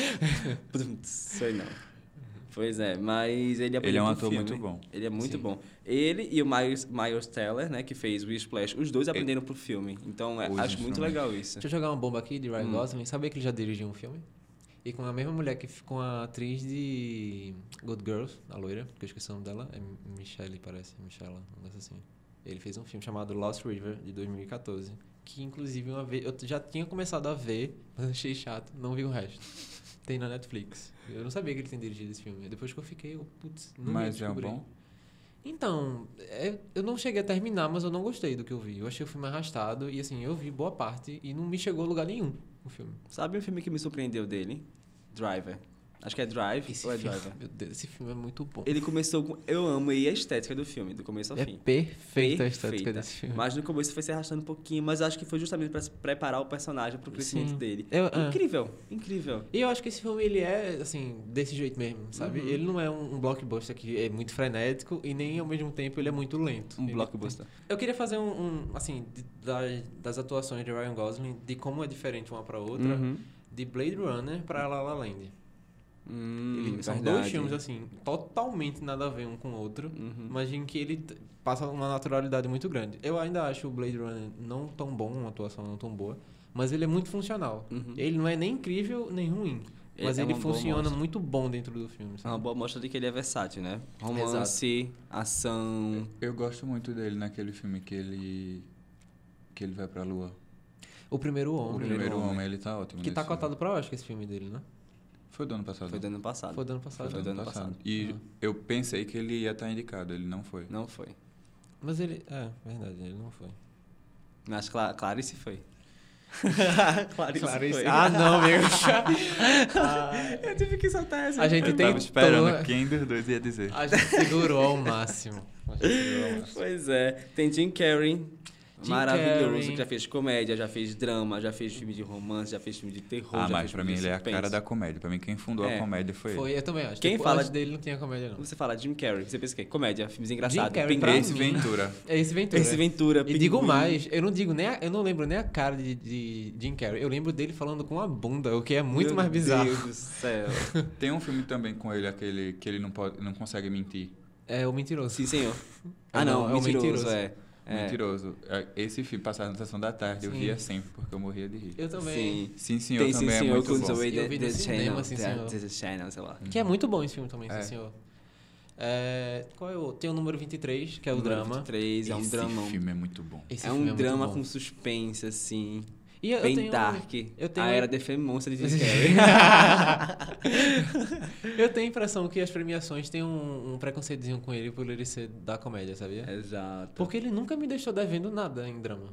Sei não. Pois é, mas ele Ele é um pro ator filme. muito bom. Ele é muito Sim. bom. Ele e o Miles Teller, né, que fez o Splash, os dois aprenderam pro filme. Então, Os acho muito instrumentos. legal isso. Deixa eu jogar uma bomba aqui de Ryan Gosling. Sabia que ele já dirigiu um filme? E com a mesma mulher com a atriz de Good Girls, a loira, que eu esqueci o nome dela, é Michelle, parece, Michela, um negócio assim. Ele fez um filme chamado Lost River, de 2014, que inclusive uma vez, eu já tinha começado a ver, mas achei chato, não vi o resto. Tem na Netflix. Eu não sabia que ele tinha dirigido esse filme. Depois que eu fiquei, putz, não ia descobrir. Mas é bom? Então, eu não cheguei a terminar, mas eu não gostei do que eu vi. Eu achei o filme arrastado e assim, eu vi boa parte e não me chegou a lugar nenhum o filme. Sabe um filme que me surpreendeu dele? Driver. Acho que é Drive ou é Driver? Meu Deus, esse filme é muito bom. Ele começou com... Eu amei a estética do filme, do começo ao fim. Perfeita a estética desse filme. Mas no começo foi se arrastando um pouquinho, mas acho que foi justamente para preparar o personagem para o crescimento dele. Incrível, incrível. E eu acho que esse filme, ele é, assim, desse jeito mesmo, sabe? Ele não é um blockbuster que é muito frenético e nem, ao mesmo tempo, ele é muito lento. Blockbuster. Eu queria fazer assim, das atuações de Ryan Gosling, de como é diferente uma para outra, de Blade Runner para La La Land. São dois filmes, assim, totalmente nada a ver um com o outro, mas em que ele passa uma naturalidade muito grande. Eu ainda acho o Blade Runner não tão bom, uma atuação não tão boa, mas ele é muito funcional. Ele não é nem incrível, nem ruim, mas ele funciona muito bom dentro do filme. É uma boa mostra de que ele é versátil, né? Romance, ação... Eu gosto muito dele naquele filme que ele vai pra Lua. O Primeiro Homem. O Primeiro Homem, ele tá ótimo. Que tá cotado pra Oscar esse filme dele, né? Foi do ano passado. Foi do ano passado. Foi do ano passado. E eu pensei que ele ia estar indicado, ele não foi. Não foi. Mas ele... verdade, ele não foi. Mas Clarice foi. Clarice foi. Ah, não, meu. Eu tive que soltar essa. A gente eu tava esperando quem dos dois ia dizer. A gente segurou ao máximo. Pois é. Tem Jim Carrey. Maravilhoso, que já fez comédia, já fez drama, já fez filme de romance, já fez filme de terror. Mas pra mim ele é a cara da comédia. Pra mim quem fundou a comédia foi ele. Eu também acho. Quem fala dele não tinha comédia, não. Você fala Jim Carrey, você pensa o quê? Comédia, filmes engraçados. Ace Ventura. Esse Ventura. E digo mais, eu não lembro nem a cara de Jim Carrey. Eu lembro dele falando com a bunda, o que é muito mais bizarro. Meu Deus do céu. Tem um filme também com ele, aquele que ele não consegue mentir. É O Mentiroso. Sim, senhor. Não, é o Mentiroso, Mentiroso. Esse filme passado na sessão da tarde, eu via sempre, porque eu morria de rir. Eu também. Sim, senhor, também é muito bom. Eu vi no cinema, Sim, Senhor. Sei lá. Que é muito bom esse filme também, Sim, Senhor. Qual é o... Tem o número 23, que é o drama. 23, é um drama. Esse filme é muito bom. É um drama com suspense, assim. E bem dark. A era de Femme Monster de Jim Carrey. Eu tenho a impressão que as premiações têm um preconceitozinho com ele por ele ser da comédia, sabia? Exato. Porque ele nunca me deixou devendo nada em drama.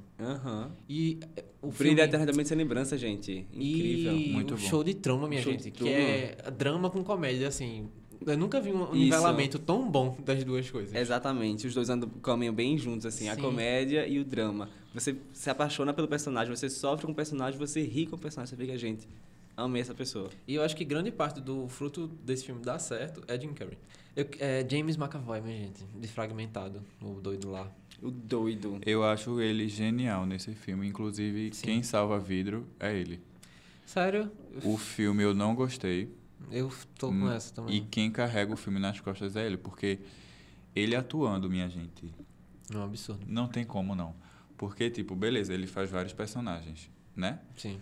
E o Brilha eternamente sem lembrança, gente. Incrível. Muito bom. Show de Truman, minha gente. Que é drama com comédia, assim... Eu nunca vi um nivelamento tão bom das duas coisas. Exatamente. Os dois caminham bem juntos, assim. Sim. A comédia e o drama. Você se apaixona pelo personagem, você sofre com o personagem, você ri com o personagem. Você fica, gente, amei essa pessoa. E eu acho que grande parte do fruto desse filme dar certo é Jim Carrey. James McAvoy, minha gente. De Fragmentado. O doido lá. O doido. Eu acho ele genial nesse filme. Inclusive, quem salva vidro é ele. Sério? O filme eu não gostei. Eu tô com essa também. E quem carrega o filme nas costas é ele, porque ele atuando, minha gente... É um absurdo. Não tem como, não. Porque, tipo, beleza, ele faz vários personagens, né? Sim.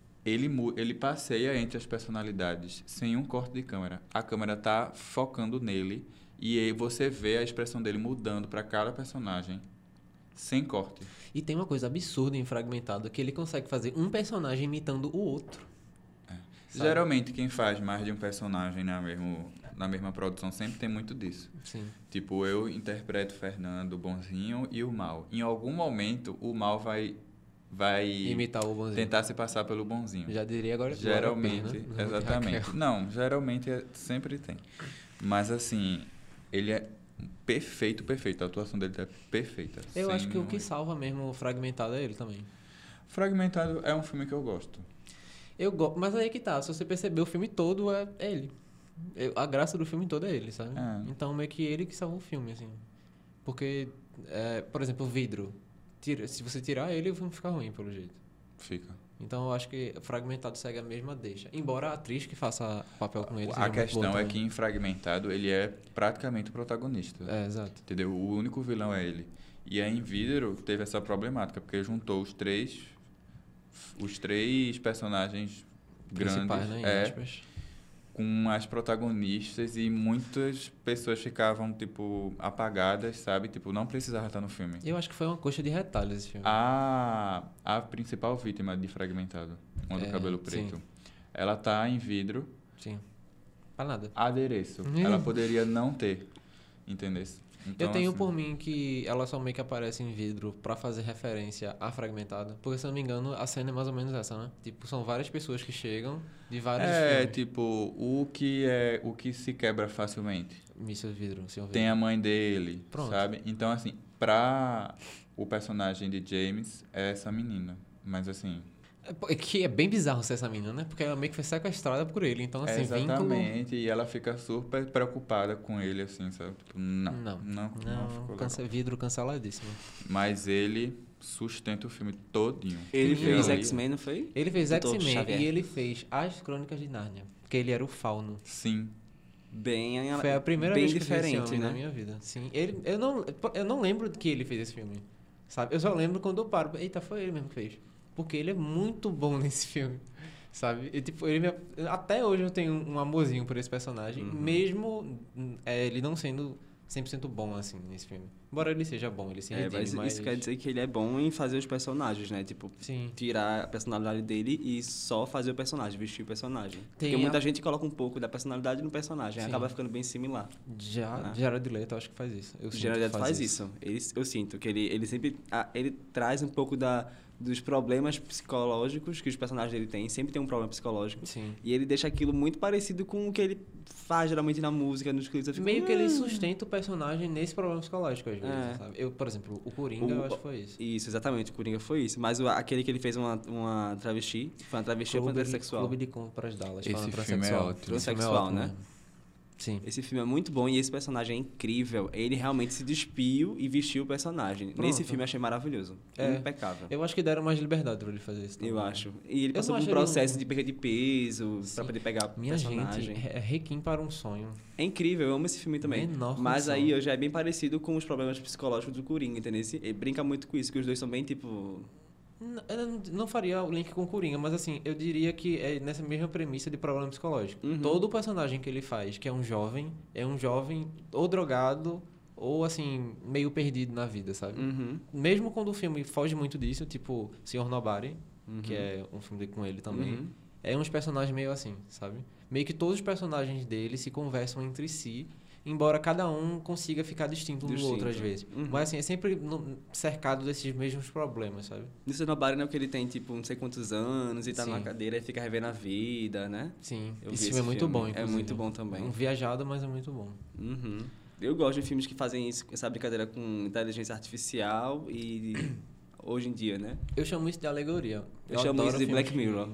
Ele passeia entre as personalidades sem um corte de câmera. A câmera tá focando nele e aí você vê a expressão dele mudando para cada personagem sem corte. E tem uma coisa absurda em Fragmentado, que ele consegue fazer um personagem imitando o outro. Sabe? Geralmente, quem faz mais de um personagem na mesma produção sempre tem muito disso. Sim. Tipo, eu interpreto Fernando, o bonzinho, e o mal. Em algum momento, o mal vai imitar o bonzinho. Tentar se passar pelo bonzinho. Já diria agora. Geralmente, né? Exatamente. Não, geralmente sempre tem. Mas, assim, ele é perfeito. A atuação dele é perfeita. Eu acho que o que salva mesmo o Fragmentado é ele também. Fragmentado é um filme que eu gosto. Mas aí que tá, se você perceber, o filme todo é ele. A graça do filme todo é ele, sabe? Então, meio que ele que salva o filme, assim. Porque, por exemplo, o vidro. Se você tirar ele, o filme fica ruim, pelo jeito. Fica. Então, eu acho que Fragmentado segue a mesma deixa. Embora a atriz que faça papel com ele seja a questão é que em Fragmentado, ele é praticamente o protagonista. Exato. Entendeu? O único vilão é ele. E aí, em Vidro, teve essa problemática, porque juntou os três personagens principais, grandes. né? Em aspas. Com as protagonistas e muitas pessoas ficavam, tipo, apagadas, sabe? Tipo, não precisava estar no filme. Eu acho que foi uma coxa de retalhos esse filme. A principal vítima de Fragmentado, uma do cabelo preto, ela tá em vidro. Sim. Pra nada. Adereço. Ela poderia não ter, entendeu? Então, eu tenho assim, por mim que ela só meio que aparece em vidro pra fazer referência a Fragmentado. Porque, se eu não me engano, a cena é mais ou menos essa, né? Tipo, são várias pessoas que chegam de vários filmes. tipo, o que se quebra facilmente. Míssil de vidro, sem Tem a mãe dele, Pronto. sabe? Então, assim, pra o personagem de James, é essa menina. Mas, assim... Que é bem bizarro ser essa menina, né? Porque ela meio que foi sequestrada por ele. Então, assim, exatamente. E ela fica super preocupada com ele, assim, sabe? Tipo, não ficou legal. Vidro canceladíssimo. Mas ele sustenta o filme todinho. Ele fez X-Men, não foi? Ele fez Doutor X-Men Xavier. e ele fez As Crônicas de Nárnia. Porque ele era o Fauno. Sim. Foi a primeira bem vez que eu vi esse diferente, homem né? na minha vida. Sim. Eu não lembro que ele fez esse filme, sabe? Eu só lembro quando eu paro. Eita, foi ele mesmo que fez. Porque ele é muito bom nesse filme, sabe? E, tipo, até hoje eu tenho um amorzinho por esse personagem, mesmo ele não sendo 100% bom, assim, nesse filme. Embora ele seja bom, ele se redime, mas isso quer dizer que ele é bom em fazer os personagens, né? Tipo, Sim. tirar a personalidade dele e só fazer o personagem, vestir o personagem. Tem Porque muita gente coloca um pouco da personalidade no personagem, Sim. acaba ficando bem similar. Jared Leto, acho que faz isso. Jared Leto faz isso. Eu sinto que ele sempre... ele traz um pouco dos problemas psicológicos que os personagens dele têm. Sempre tem um problema psicológico. Sim. E ele deixa aquilo muito parecido com o que ele faz geralmente na música, nos clipes. Eu fico, Meio que ele sustenta o personagem nesse problema psicológico, às vezes, sabe? Por exemplo, o Coringa, eu acho que foi isso. Isso, exatamente. O Coringa foi isso. Mas aquele que ele fez uma travesti, foi uma travesti ou transexual? Clube de Compras Dallas. Esse filme é ótimo. Transexual, né? Sim. Esse filme é muito bom e esse personagem é incrível. Ele realmente se despiu e vestiu o personagem. Pronto. Nesse filme eu achei maravilhoso. Impecável. Eu acho que deram mais liberdade pra ele fazer isso também. Eu acho. E ele passou por um processo de perda de peso pra poder pegar o personagem. Gente, é Requiem para um Sonho. É incrível, eu amo esse filme também. Mas aí já é bem parecido com os problemas psicológicos do Coringa, entendeu? Ele brinca muito com isso, que os dois são bem tipo... Eu não faria o link com o Coringa, mas assim, eu diria que é nessa mesma premissa de problema psicológico. Todo personagem que ele faz, que é um jovem ou drogado ou assim, meio perdido na vida, sabe? Mesmo quando o filme foge muito disso, tipo Sr. Nobody, que é um filme com ele também, é uns personagens meio assim, sabe? Meio que todos os personagens dele se conversam entre si, embora cada um consiga ficar distinto um do outro às vezes. Mas assim, é sempre cercado desses mesmos problemas, sabe? Nesse Nobody não é que ele tem, tipo, não sei quantos anos e tá numa cadeira e fica revendo a vida, né? Sim, esse filme é muito bom, inclusive. É muito bom também. Um viajado, mas é muito bom. Eu gosto de filmes que fazem isso, essa brincadeira com inteligência artificial e... hoje em dia, né? Eu chamo isso de alegoria. Eu chamo isso de Black Mirror.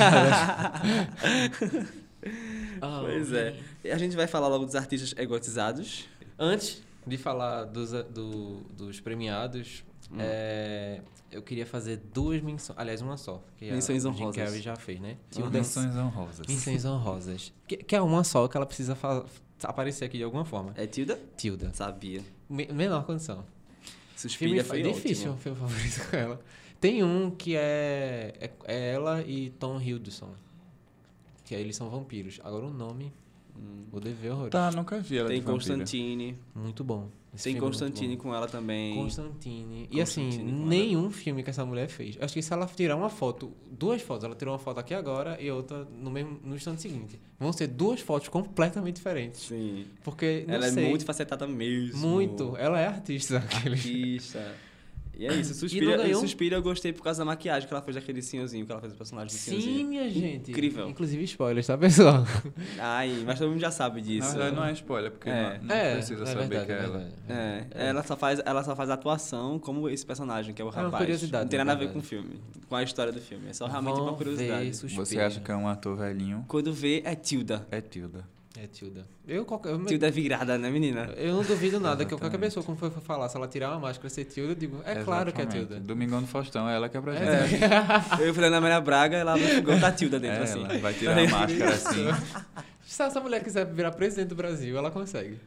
Pois é. E a gente vai falar logo dos artistas egotizados. Antes de falar dos premiados, eu queria fazer duas menções. Aliás, uma só. Que menções honrosas. honrosas. Jim Carrey já fez, né? Menções honrosas. Menções honrosas. Que é uma só que ela precisa aparecer aqui de alguma forma. É Tilda? Tilda. Sabia. Menor condição. Suspira foi difícil, foi o favorito com ela. Tem um que é ela e Tom Hiddleston. Que eles são vampiros. Agora o nome... Vou dever horror. Tá, nunca vi ela. Tem Constantine. Muito bom. Tem Constantine com ela também. Constantine. E assim, nenhum filme que essa mulher fez. Acho que se ela tirar uma foto, duas fotos, ela tirou uma foto aqui agora e outra no instante seguinte. Vão ser duas fotos completamente diferentes. Sim. Porque, ela é muito facetada mesmo. Muito. Ela é artista. Artista. E é isso, Suspira eu gostei por causa da maquiagem que ela fez daquele senhorzinho, que ela fez o personagem do senhorzinho. Sim, minha gente. Incrível. Inclusive spoilers, tá, pessoal? Ai, mas todo mundo já sabe disso. Na verdade não é spoiler, porque não precisa saber verdade, que é ela. Ela só faz a atuação como esse personagem, que é o rapaz. É uma curiosidade. Não tem nada a ver com o filme, com a história do filme. É só realmente uma curiosidade. Você acha que é um ator velhinho? Quando vê, é Tilda. É Tilda. É Tilda. Tilda é virada, né, menina? Eu não duvido nada que qualquer pessoa, como for falar, se ela tirar uma máscara e ser Tilda, eu digo, claro que é Tilda. Domingão do Faustão, é ela que apresenta. Eu falei na Maria Braga, ela ficou com a Tilda dentro, assim. Ela vai tirar a máscara assim. Se essa mulher quiser virar presidente do Brasil, ela consegue.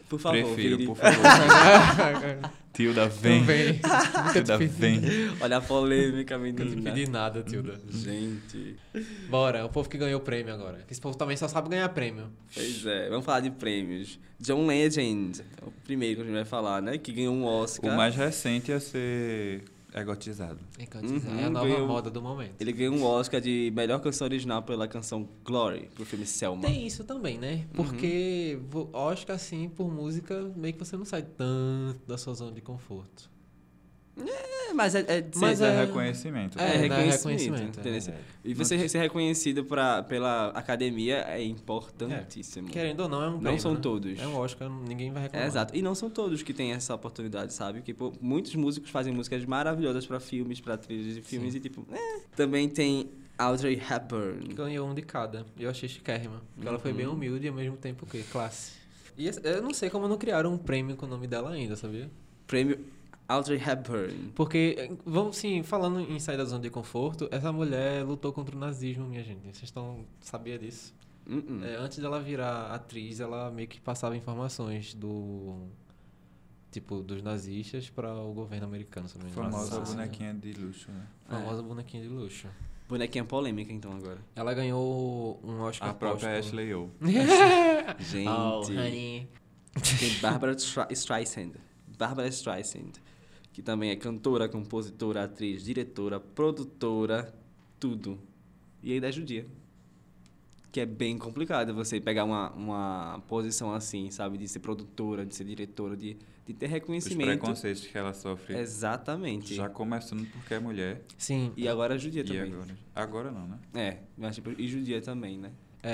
Por favor, Prefiro, vire. por favor. Tilda, vem. Tilda, vem. Olha a polêmica, Nunca te menina. pedi nada, Tilda. Gente. Bora, o povo que ganhou o prêmio agora. Esse povo também só sabe ganhar prêmio. Pois é, vamos falar de prêmios. John Legend, é o primeiro que a gente vai falar, né? Que ganhou um Oscar. O mais recente a ser egotizado. É a nova ganhou- moda do momento. Ele ganhou um Oscar de melhor canção original pela canção Glory, pro filme Selma. Tem isso também, né? Porque Oscar, assim, por música, meio que você não sai tanto da sua zona de conforto. Mas Mas é reconhecimento. É, né? reconhecimento, entendeu? E você ser reconhecido pela academia é importantíssimo. Querendo ou não, é um Não prêmio, são né? todos. É um Oscar, ninguém vai É, reclamar. exato. E não são todos que têm essa oportunidade, sabe? Que pô, muitos músicos fazem músicas maravilhosas pra filmes, pra trilhas de filmes e tipo... Também tem Audrey Hepburn. Ganhou um de cada. E eu achei chiquérrima. Porque ela foi bem humilde e ao mesmo tempo que classe. E eu não sei como não criaram um prêmio com o nome dela ainda, sabia? Prêmio Audrey Hepburn. Porque, vamos sim, falando em sair da zona de conforto, essa mulher lutou contra o nazismo, minha gente. Vocês sabia disso? Antes dela virar atriz, ela meio que passava informações dos nazistas para o governo americano, se não me engano. Famosa bonequinha de luxo, né? Famosa bonequinha de luxo. Bonequinha polêmica, então, agora. Ela ganhou um Oscar A própria póstumo. Ashley O. Gente. Oh, honey. Tem Barbara Streisand. Barbara Streisand. Que também é cantora, compositora, atriz, diretora, produtora, tudo. E ainda é judia. Que é bem complicado você pegar uma posição assim, sabe? De ser produtora, de ser diretora, de ter Os reconhecimento. preconceitos que ela sofre. Exatamente. Já começando porque é mulher. Sim. E agora é judia E também. agora não, né? Mas tipo, e judia também, né?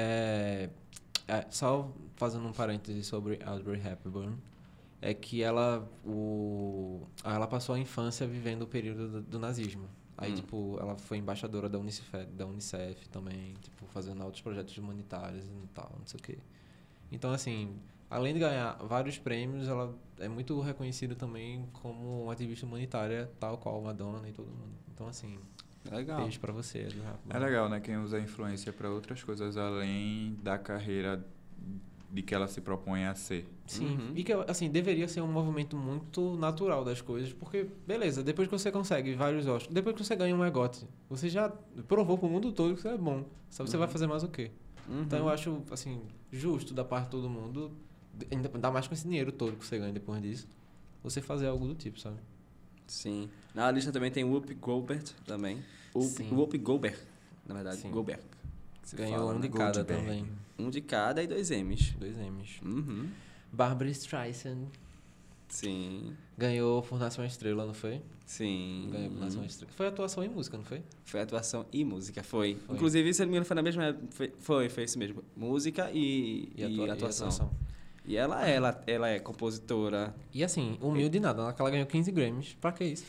Só fazendo um parêntese sobre Audrey Hepburn, é que ela passou a infância vivendo o período do nazismo. Aí, tipo, ela foi embaixadora da Unicef também, tipo, fazendo outros projetos humanitários e tal, não sei o quê. Então, assim, além de ganhar vários prêmios, ela é muito reconhecida também como uma ativista humanitária, tal qual Madonna e todo mundo. Então, assim, Legal. beijo pra você, Audrey Hepburn. É legal, né? Quem usa a influência para outras coisas além da carreira de que ela se propõe a ser. Sim, e que, assim, deveria ser um movimento muito natural das coisas, porque, beleza, depois que você consegue vários Oscars, depois que você ganha um EGOT, você já provou pro mundo todo que você é bom. Sabe, você vai fazer mais o quê? Então, eu acho, assim, justo da parte de todo mundo, ainda mais com esse dinheiro todo que você ganha depois disso, você fazer algo do tipo, sabe? Sim. Na lista também tem Whoopi Goldberg também. Sim. Whoopi Goldberg, na verdade. Sim. Goldberg. Você Ganhou fala, um de né? cada Goldberg. também. Um de cada e 2 M's. 2 M's. Uhum. Barbara Streisand Sim. ganhou por Nascer uma Estrela, não foi? Sim. Ganhou por Nascer uma Estrela. Foi atuação e música, não foi? Foi atuação e música, foi. Foi. Inclusive, se não me engano, foi na mesma época. Foi isso mesmo. Música e atuação. E ela é compositora. E assim, humilde nada, ela ganhou 15 Grammys. Pra que isso?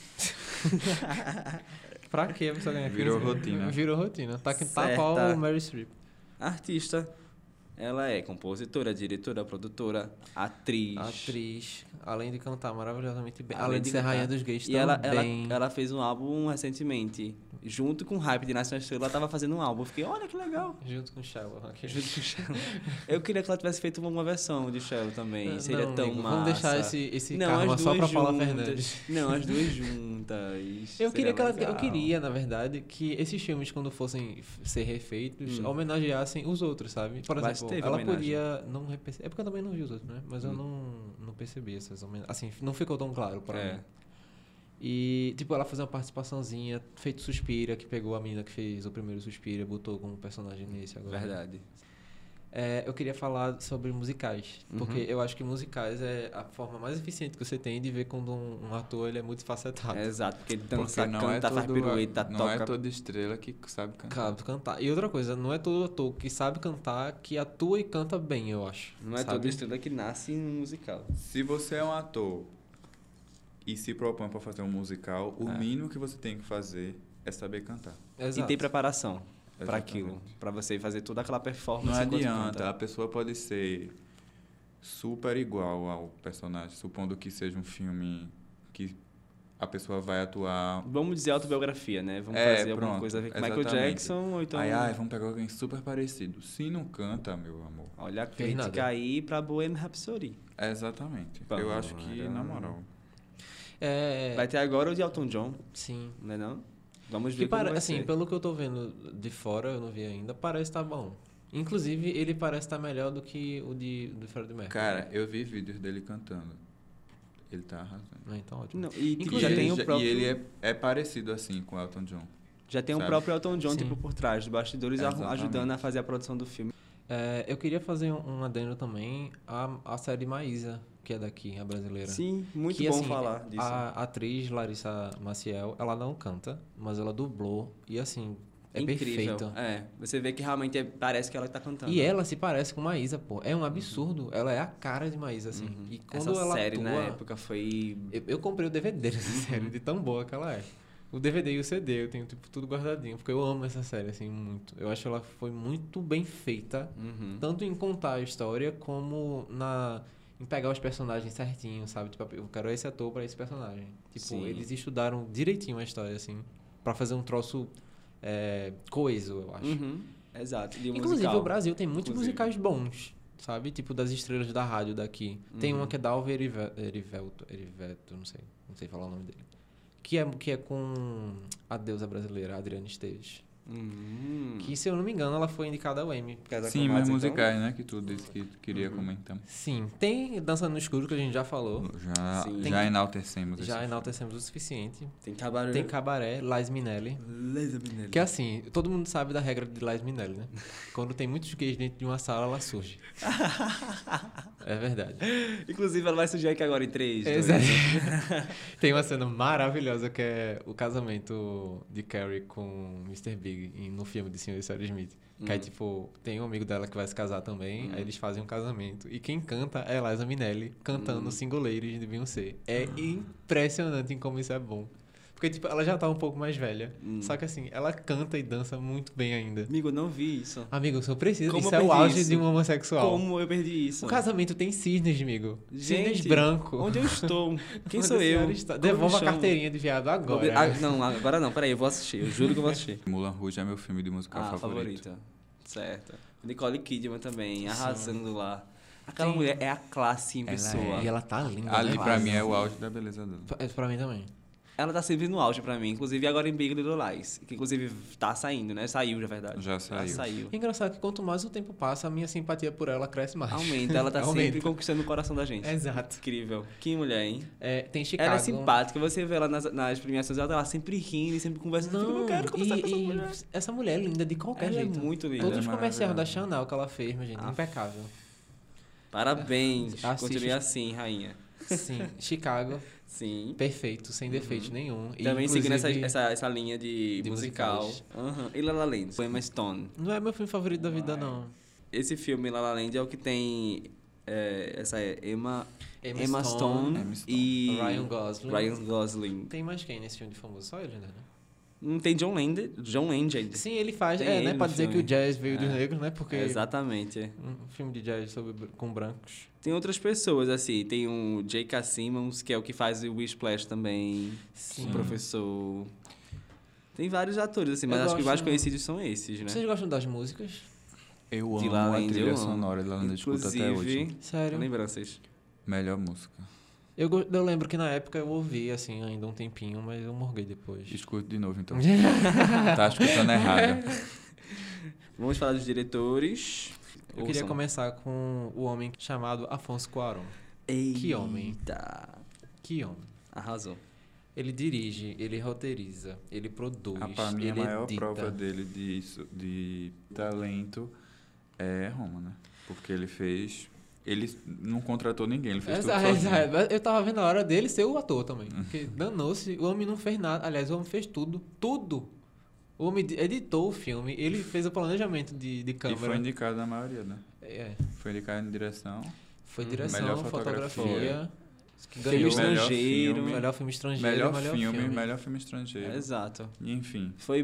Pra que a pessoa ganhar 15 Virou Grammys? rotina. Virou rotina. Tá Certa. qual o Meryl Streep. Artista. Ela é compositora, diretora, produtora, Atriz. Além de cantar maravilhosamente bem. Além Além de de ser cantar. rainha dos gays E também. ela fez um álbum recentemente. Junto com o Hype de Nascer uma Estrela, ela tava fazendo um álbum. Eu fiquei, olha que legal. Junto com Shallow. Okay. Junto com o Shell. Eu queria que ela tivesse feito uma versão de Shell também. Seria Não, tão amigo, massa. Vamos deixar esse Não, karma as só duas pra Paula juntas. Fernandes. Não, as duas juntas. Eu queria, Seria eu legal. queria, na verdade, que esses filmes, quando fossem ser refeitos, homenageassem os outros, sabe? Por Mas exemplo, teve ela homenagem. podia não reperceber. É porque eu também não vi os outros, né? Mas eu não percebi essas homenagens. Assim, não ficou tão claro pra mim. E, tipo, ela fazia uma participaçãozinha, feito Suspira, que pegou a menina que fez o primeiro Suspira, botou como personagem nesse agora. Verdade. Eu queria falar sobre musicais, porque eu acho que musicais é a forma mais eficiente que você tem de ver quando um ator ele é multifacetado. Exato, porque ele Porque dança, não canta, é faz pirueta, não toca. é toda estrela que sabe cantar. Sabe cantar. E outra coisa, não é todo ator que sabe cantar que atua e canta bem, eu acho. Não é sabe? toda estrela que nasce em um musical. Se você é um ator e se propõe para fazer um musical, o mínimo que você tem que fazer é saber cantar. Exato. E tem preparação para Exatamente. aquilo. Para você fazer toda aquela performance. Não enquanto adianta, canta. a pessoa pode ser super igual ao personagem, supondo que seja um filme que a pessoa vai atuar... Vamos dizer autobiografia, né? Vamos fazer alguma pronto, coisa a ver com exatamente. Michael Jackson ou então... Vamos pegar alguém super parecido. Se não canta, meu amor... Olha a crítica aí pra Bohemian Rhapsody. Exatamente. Eu acho que, na moral... Vai ter agora o de Elton John. Sim. Não é não? Vamos ver como vai ser. Pelo que eu tô vendo de fora, eu não vi ainda, parece estar bom. Inclusive, ele parece estar melhor do que o do Freddie Mercury. Cara, eu vi vídeos dele cantando. Ele tá arrasando. Então, ótimo. Não, Inclusive, já tem o próprio... E ele é parecido assim com o Elton John. Já tem sabe? o próprio Elton John, Sim. tipo, por trás dos bastidores, ajudando a fazer a produção do filme. Eu queria fazer um adendo também à série Maísa, que é daqui, a brasileira. Sim, muito que, bom assim, falar disso. A atriz Larissa Maciel, ela não canta, mas ela dublou. E assim, é incrível. perfeito. Você vê que realmente parece que ela tá cantando. E ela se parece com Maísa, pô. É um absurdo. Ela é a cara de Maísa, assim. E quando essa ela série atua, na época foi... Eu comprei o DVD dessa série, de tão boa que ela é. O DVD e o CD, eu tenho tipo, tudo guardadinho, porque eu amo essa série, assim, muito. Eu acho que ela foi muito bem feita, tanto em contar a história, como em pegar os personagens certinho, sabe? Tipo, eu quero esse ator pra esse personagem. Tipo, Sim. eles estudaram direitinho a história, assim, pra fazer um troço coeso, eu acho. Exato. De Inclusive, musical. o Brasil tem muitos musicais bons, sabe? Tipo, das estrelas da rádio daqui. Tem uma que é Dalva Erivelto, não sei falar o nome dele. Que é com a deusa brasileira, Adriana Esteves. Que, se eu não me engano, ela foi indicada ao Emmy. Sim, mas musicais, né? Que tu disse que queria comentar. Sim. Tem Dança no Escuro, que a gente já falou. Já enaltecemos. Já enaltecemos o suficiente. Tem Cabaré. Tem Cabaré, Liza Minnelli. Que, assim, todo mundo sabe da regra de Liza Minnelli, né? Quando tem muitos gays dentro de uma sala, ela surge. É verdade. Inclusive, ela vai surgir aqui agora em 3, Exato. Tem uma cena maravilhosa que é o casamento de Carrie com Mr. Big no filme de Sr. e Sra. Smith. Que aí, tipo, tem um amigo dela que vai se casar também, aí eles fazem um casamento. E quem canta é Liza Minnelli, cantando Single Ladies de Beyoncé. É impressionante em como isso é bom. Porque, tipo, ela já tá um pouco mais velha. Só que, assim, ela canta e dança muito bem ainda. Amigo, eu não vi isso. Amigo, eu sou preciso. Como isso eu é o perdi auge isso? de um homossexual. Como eu perdi isso? O casamento tem cisnes, amigo. Cisnes Gente, branco. onde eu estou? Quem Onde sou a eu? senhora está? Como Devolva a me chamo? carteirinha de viado agora. Não, agora não. Peraí, eu vou assistir. Eu juro que eu vou assistir. Moulin Rouge é meu filme de musical favorito. Certo. Nicole Kidman também, arrasando lá. Aquela mulher é a classe em pessoa. E ela tá linda, Ali, né? pra mim, é o auge da beleza dela. Pra mim também. Ela tá sempre no auge pra mim, inclusive agora em Big Little Lies, que inclusive tá saindo, né? Saiu, na verdade. Já saiu. É engraçado que quanto mais o tempo passa, a minha simpatia por ela cresce mais. Aumenta, ela tá sempre conquistando o coração da gente. Exato. Incrível. Que mulher, hein? Tem Chicago. Ela é simpática, você vê ela nas premiações, ela tá lá sempre rindo e sempre conversando. Eu não quero conversar com essa mulher. Essa mulher é linda de qualquer Ela jeito. é muito linda. Todos os comerciais da Chanel que ela fez, minha gente, impecável. Parabéns. Assiste. Continue assim, rainha. Sim, Chicago. Sim. Perfeito, sem defeito nenhum. Também seguindo inclusive, essa linha de musical. musicais. E La La Land, Emma Stone. Não é meu filme favorito da vida, não. Esse filme, La La Land, é o que tem Emma Stone e Ryan Gosling. Gosling. Tem mais quem nesse filme de famoso? Só ele, né? Não tem John Legend. Sim, ele faz. Tem né? ele Pra no dizer filme. que o jazz veio dos negros, né? Porque Exatamente. um filme de jazz com brancos. Tem outras pessoas, assim. Tem o J.K. Simmons, que é o que faz o Whiplash também. Sim. O professor. Tem vários atores, assim, mas acho que os mais conhecidos são esses, né? Vocês gostam das músicas? Eu De amo La La a Land, trilha eu amo. sonora de La La Land, escuto até hoje. Inclusive, Sério? lembranças. Melhor música. Eu lembro que na época eu ouvi, assim, ainda um tempinho, mas eu morguei depois. Escuto de novo, então. Tá escutando errado. Vamos falar dos diretores. Eu queria começar com o homem chamado Afonso Cuarón. Que homem. Que homem. Arrasou. Ele dirige, ele roteiriza, ele produz, Pra mim, a ele maior edita. prova dele de talento é Roma, né? Porque ele fez... Ele não contratou ninguém, ele fez tudo sozinho. Eu tava vendo a hora dele ser o ator também. Porque danou-se, o homem não fez nada. Aliás, o homem fez tudo. Tudo! O homem editou o filme, ele fez o planejamento de câmera. E foi indicado na maioria, né? Foi indicado em direção. Foi direção, melhor fotografia. Que Filme ganhou estrangeiro. melhor filme estrangeiro. Melhor filme estrangeiro. Exato. E, enfim. Foi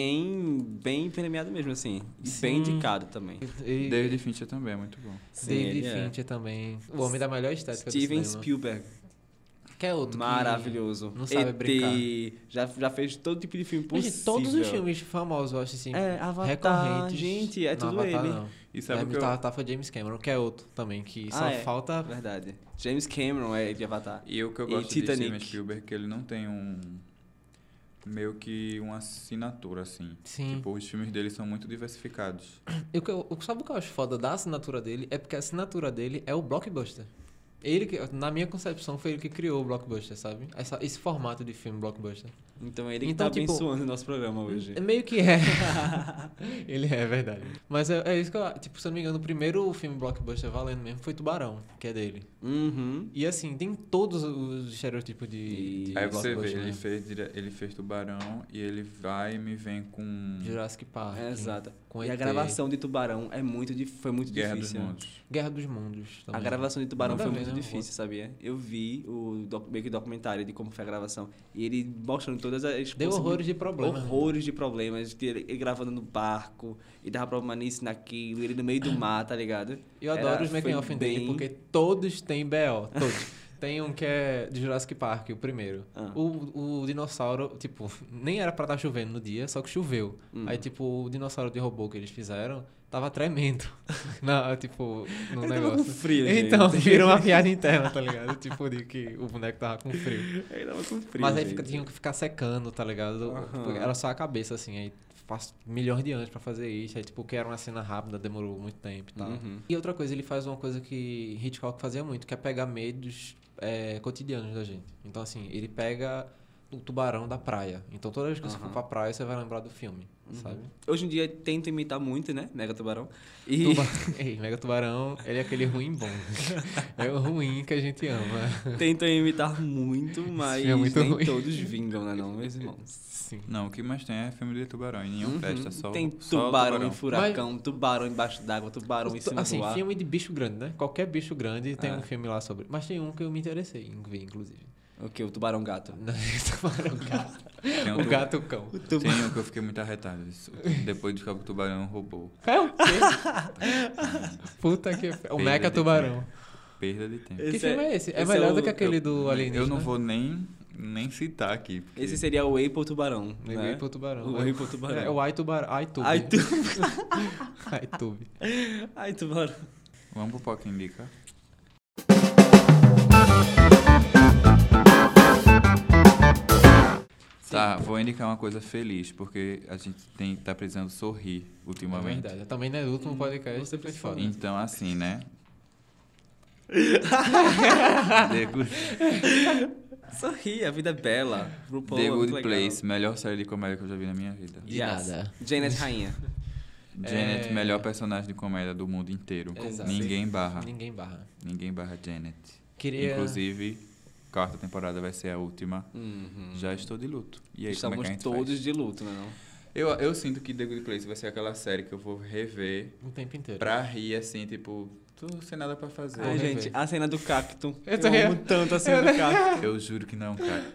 bem premiado mesmo, assim. E bem indicado também. David Fincher também é muito bom. David Fincher também. O homem da melhor estética Steven do cinema. Spielberg. Que é outro maravilhoso. Não sabe brincar. Já fez todo tipo de filme possível. Gente, todos os filmes famosos, eu acho assim, Avatar, recorrentes. gente, é tudo Avatar, ele. Não. E sabe o que Avatar foi James Cameron, que é outro também, que só falta... Verdade. James Cameron é de Avatar. E o que eu gosto de Steven Spielberg é que ele não tem meio que uma assinatura, assim. Sim. Tipo, os filmes dele são muito diversificados. Sabe o que eu acho foda da assinatura dele? É porque a assinatura dele é o blockbuster. Ele que, na minha concepção, foi ele que criou o blockbuster, sabe? Esse formato de filme blockbuster. Então ele que tá abençoando o nosso programa hoje. Meio que é. Ele é verdade. Mas é isso que eu... Tipo, se eu não me engano, o primeiro filme blockbuster valendo mesmo foi Tubarão, que é dele. Uhum. E assim, tem todos os estereotipos de Aí você vê, né? ele fez Tubarão e ele vai e me vem com... Jurassic Park. Exato. Com E a gravação de Tubarão foi muito Guerra difícil. dos Mundos. Guerra dos Mundos também. A gravação de Tubarão foi muito né? difícil, sabia? Eu vi meio que documentário de como foi a gravação. E ele mostrando todas as... Deu horrores de problemas. Horrores de problemas. Ele gravando no barco. E dava problema nisso, naquilo. Ele no meio do mar, tá ligado? Eu adoro os making-off dele, porque todos têm BO. Todos. Tem um que é de Jurassic Park, o primeiro. O dinossauro, tipo, nem era pra estar chovendo no dia, só que choveu. Aí, tipo, o dinossauro de robô que eles fizeram tava tremendo. Não, tipo, no ele negócio. Tava com frio, então, gente. virou uma piada interna, tá ligado? Tipo, de que o boneco tava com frio. Ele tava com frio. Mas aí tinham que ficar secando, tá ligado? Porque era só a cabeça, assim, aí faz milhões de anos pra fazer isso. Aí, tipo, que era uma cena rápida, demorou muito tempo e tal. E outra coisa, ele faz uma coisa que Hitchcock fazia muito, que é pegar medos cotidianos da gente. Então, assim, ele pega o tubarão da praia. Então, toda vez que você for pra praia, você vai lembrar do filme, sabe? Hoje em dia, tenta imitar muito, né? Mega Tubarão. Mega Tubarão, ele é aquele ruim bom. É o ruim que a gente ama. Tentam imitar muito, mas é muito nem ruim. todos vingam, né, não, meus irmãos? Sim. Não, o que mais tem é filme de tubarão e nenhum presta, só Tem só tubarão tubarão. em furacão, tubarão embaixo d'água, tubarão em cima Assim, do ar. filme de bicho grande, né? Qualquer bicho grande tem um filme lá sobre. Mas tem um que eu me interessei em ver, inclusive. O que? O tubarão gato? Tubarão gato. Tem O gato cão. Tem um que eu fiquei muito arretado. Depois de que o tubarão roubou. É o quê? Puta que... O Mecha Tubarão. Perda de tempo. Que filme é esse? É melhor do que aquele do Alienígena. Eu não vou nem citar aqui. Porque... Esse seria o Apple Tubarão, O né? Apple Tubarão. O Apple Tubarão. É o iTubarão. iTube. iTube. Ai, tubarão. Vamos pro Poca Indica. Tá, vou indicar uma coisa feliz, porque a gente tá precisando sorrir É ultimamente. verdade. Também não é do último podcast. Você foi fala. foda. Então, assim, né? Sorri, a vida é bela. RuPaul The é muito Good legal. Place, melhor série de comédia que eu já vi na minha vida. De nada. Janet Rainha. Janet, melhor personagem de comédia do mundo inteiro. Exato. Ninguém barra. Ninguém barra. Ninguém barra Janet. Queria... Inclusive, quarta temporada vai ser a última. Já estou de luto. E aí, Estamos como é que a gente todos faz? de luto, né? Não? Eu sinto que The Good Place vai ser aquela série que eu vou rever O tempo inteiro. pra rir, assim, tipo, tô sem nada pra fazer. Ai, gente, a cena do cacto. Eu tô amo rindo. tanto a cena do cacto. Eu juro que não, cara.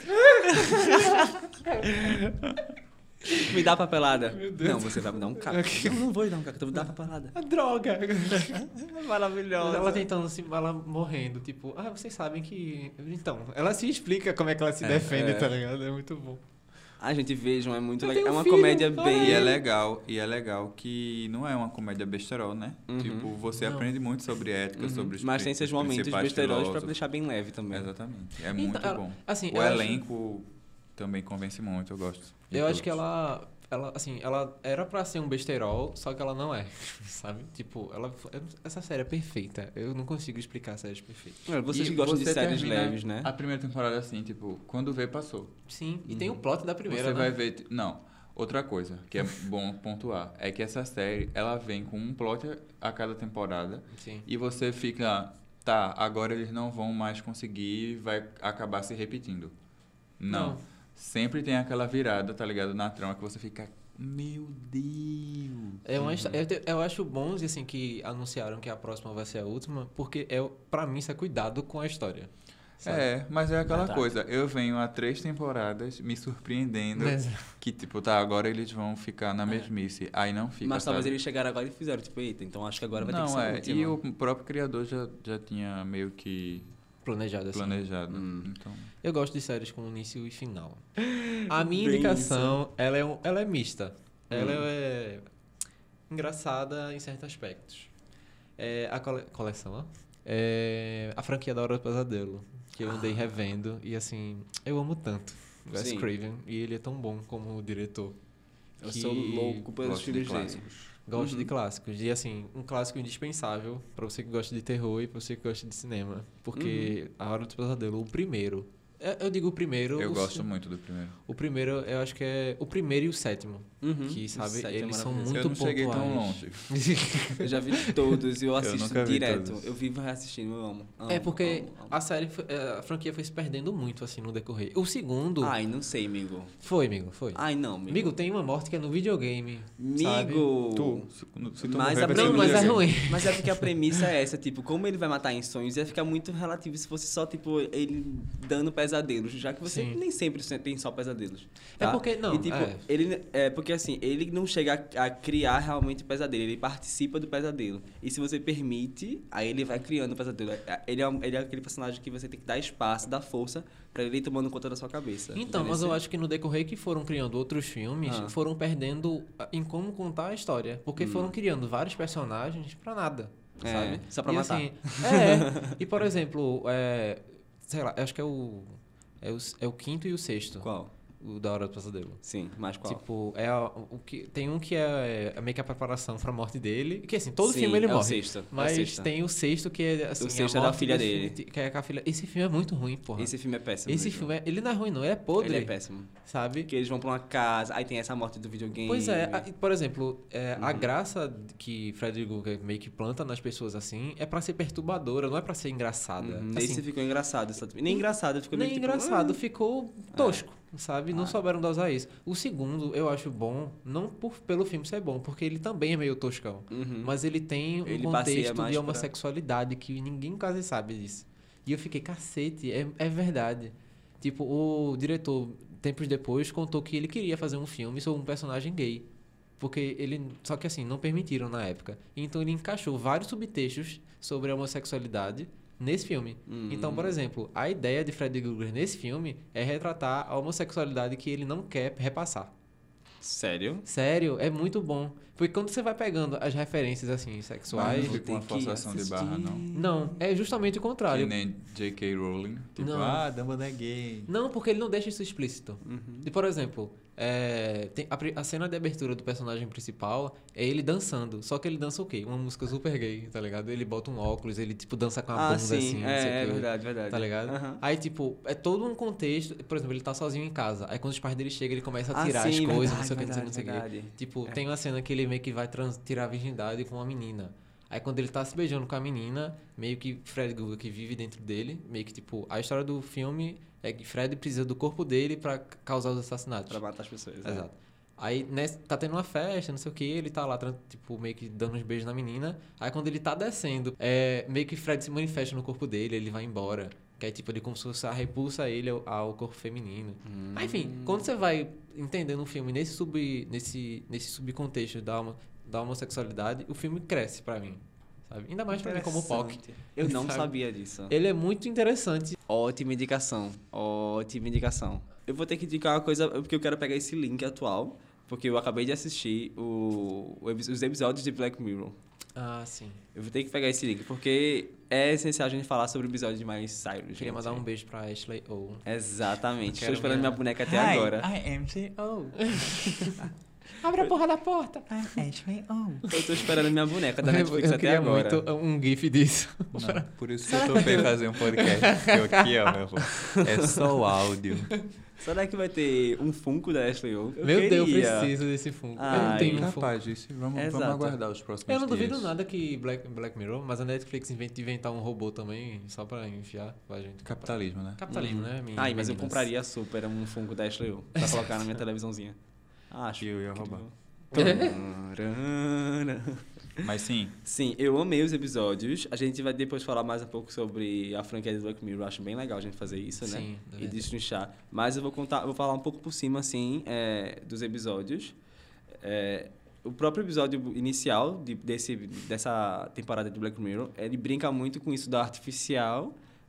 Me dá papelada. Meu Deus. Não, você vai me dar um cacto. Eu não vou lhe dar um cacto, eu vou dar papelada. A droga! Maravilhosa. Ela tentando ela morrendo, tipo, vocês sabem que... Então, ela se explica como é que ela se defende, tá ligado? É muito bom. Ai, gente, vejam, é muito Eu legal. É tenho uma filho, comédia olha bem... E é legal que não é uma comédia besterol, né? Tipo, você aprende muito sobre ética, sobre os Mas tem esses momentos principais besteróis pra filósofos. deixar bem leve também. Exatamente. É muito bom. Assim, O elenco também convence muito, eu gosto. Eu acho que ela era pra ser um besterol, só que ela não é, sabe? Tipo, essa série é perfeita. Eu não consigo explicar séries perfeitas. Vocês E gostam de você séries termina leves, né? A primeira temporada, assim, tipo, quando vê, passou. Sim, e tem o plot da primeira, Você né? vai ver... Não, outra coisa que é bom pontuar é que essa série, ela vem com um plot a cada temporada. Sim. E você fica... Tá, agora eles não vão mais conseguir, vai acabar se repetindo. Não. Sempre tem aquela virada, tá ligado? Na trama que você fica... Meu Deus! Eu acho bom, assim, que anunciaram que a próxima vai ser a última, porque pra mim isso é cuidado com a história. Sabe? É, mas é aquela coisa. Eu venho há 3 temporadas me surpreendendo que, tipo, tá, agora eles vão ficar na mesmice. Aí não fica, Mas talvez sabe? eles chegaram agora e fizeram, tipo, eita, então acho que agora vai ter Não, que ser a última. E o próprio criador já tinha meio que planejado, assim. Planejado. Então... Eu gosto de séries com início e final. A minha indicação, ela é mista. Ela é engraçada em certos aspectos. A coleção, ó. A franquia da Hora do Pesadelo, que eu andei revendo. E assim, eu amo tanto Wes Craven. E ele é tão bom como diretor. Eu sou louco pelos filmes clássicos. Gosto de clássicos. E assim, um clássico indispensável pra você que gosta de terror e pra você que gosta de cinema. Porque A Hora do Pesadelo, o primeiro... Eu digo o primeiro... Eu gosto muito do primeiro. O primeiro, eu acho que é o primeiro e o sétimo. Que, sabe, eles são muito pontuais. Eu não cheguei tão longe. Eu já vi todos e eu assisto direto. Eu vivo reassistindo, eu amo. Porque a série, a franquia foi se perdendo muito, assim, no decorrer. O segundo... Ai, não sei, amigo. Foi, amigo, foi. Ai, não, amigo. Amigo, tem uma morte que é no videogame, amigo! Se tu mas mas é ruim. Mas é porque a premissa é essa, tipo, como ele vai matar em sonhos, ia ficar muito relativo se fosse só, tipo, ele dando pesadelos, já que você nem sempre tem só pesadelos. Tá? É porque, não, e, tipo, porque assim, ele não chega a criar realmente o pesadelo, ele participa do pesadelo. E se você permite, aí ele vai criando o pesadelo. Ele é aquele personagem que você tem que dar espaço, dar força pra ele ir tomando conta da sua cabeça. Então, mas eu acho que no decorrer que foram criando outros filmes, foram perdendo em como contar a história. Porque foram criando vários personagens pra nada, sabe? Só pra matar. Assim, e por exemplo, sei lá, acho que é o quinto e o sexto. Qual? O da Hora do Pesadelo. Sim, mas qual? Tipo, tem um que é meio que a preparação pra morte dele. Que assim, todo filme ele morre. O sexto. Mas tem o sexto que é assim, o sexto é da filha dele. Que é com a filha. Esse filme é muito ruim, porra. Esse filme é péssimo. Esse filme ele não é ruim, não. Ele é podre. Ele é péssimo. Sabe? Que eles vão pra uma casa, aí tem essa morte do videogame. Pois é. Por exemplo, a graça que Freddy Krueger meio que planta nas pessoas assim é pra ser perturbadora, não é pra ser engraçada. Assim, esse ficou engraçado. Nem engraçado, ficou nem engraçado, ficou tosco. Sabe? Não souberam dosar isso. O segundo, eu acho bom, não pelo filme ser bom, porque ele também é meio toscão. Mas ele tem um contexto de homossexualidade que ninguém quase sabe disso. E eu fiquei, cacete, é verdade. Tipo, o diretor, tempos depois, contou que ele queria fazer um filme sobre um personagem gay. Porque ele... Só que assim, não permitiram na época. Então ele encaixou vários subtextos sobre a homossexualidade nesse filme. Então, por exemplo, a ideia de Freddy Krueger nesse filme é retratar a homossexualidade que ele não quer repassar. Sério? Sério, é muito bom. Porque quando você vai pegando as referências assim sexuais... Não fica uma forçação de barra, não. Não, é justamente o contrário. Que nem J.K. Rowling. Tipo, Dumbledore é gay. Não, porque ele não deixa isso explícito. E, por exemplo... tem a cena de abertura do personagem principal é ele dançando. Só que ele dança o quê? Uma música super gay, tá ligado? Ele bota um óculos, ele tipo dança com a bunda sim. assim. É verdade. Tá ligado? Aí tipo, é todo um contexto. Por exemplo, ele tá sozinho em casa. Aí quando os pais dele chegam, ele começa a tirar as coisas, não sei o que, não sei o que. Tipo, tem uma cena que ele meio que vai tirar a virgindade com uma menina. Aí quando ele tá se beijando com a menina, meio que Freddy Krueger que vive dentro dele, meio que tipo, a história do filme é que Freddy precisa do corpo dele pra causar os assassinatos. Pra matar as pessoas. Exato. Aí tá tendo uma festa, não sei o que, ele tá lá, tipo, meio que dando uns beijos na menina. Aí quando ele tá descendo, meio que Freddy se manifesta no corpo dele, ele vai embora. Que é tipo, ele como se fosse a repulsa ele ao corpo feminino. Aí, enfim, quando você vai entendendo o filme nesse subcontexto da homossexualidade, o filme cresce pra mim. Sabe? Ainda mais pra mim como POC. Eu não sabia disso. Ele é muito interessante. Ótima indicação. Eu vou ter que indicar uma coisa, porque eu quero pegar esse link atual, porque eu acabei de assistir os episódios de Black Mirror. Ah, sim. Eu vou ter que pegar esse link, porque é essencial a gente falar sobre o episódio de Miley Cyrus. Queria mandar um beijo pra Ashley O. Exatamente. Estou esperando minha boneca até agora. I am J.O. Abre a porra da porta. Eu tô esperando minha boneca da Netflix até agora. Eu queria muito um gif disso. Não, por isso que eu topei fazer um podcast. Porque aqui, ó, meu avô, é só o áudio. Será que vai ter um Funko da Ashley O? Meu Deus, eu preciso desse Funko. Eu não tenho um Funko. Capaz disso. Vamos aguardar os próximos dias. Eu não duvido nada que Black Mirror, mas a Netflix inventar um robô também, só pra enfiar pra gente. Capitalismo, né? Capitalismo, né? Mas eu compraria super um Funko da Ashley O pra colocar na minha televisãozinha. Acho que eu ia roubar. Mas sim. Sim, eu amei os episódios. A gente vai depois falar mais um pouco sobre a franquia de Black Mirror. Acho bem legal a gente fazer isso, né? Sim, e destrinchar. Mas eu vou falar um pouco por cima, assim, dos episódios. O próprio episódio inicial dessa temporada de Black Mirror, ele brinca muito com isso da artificial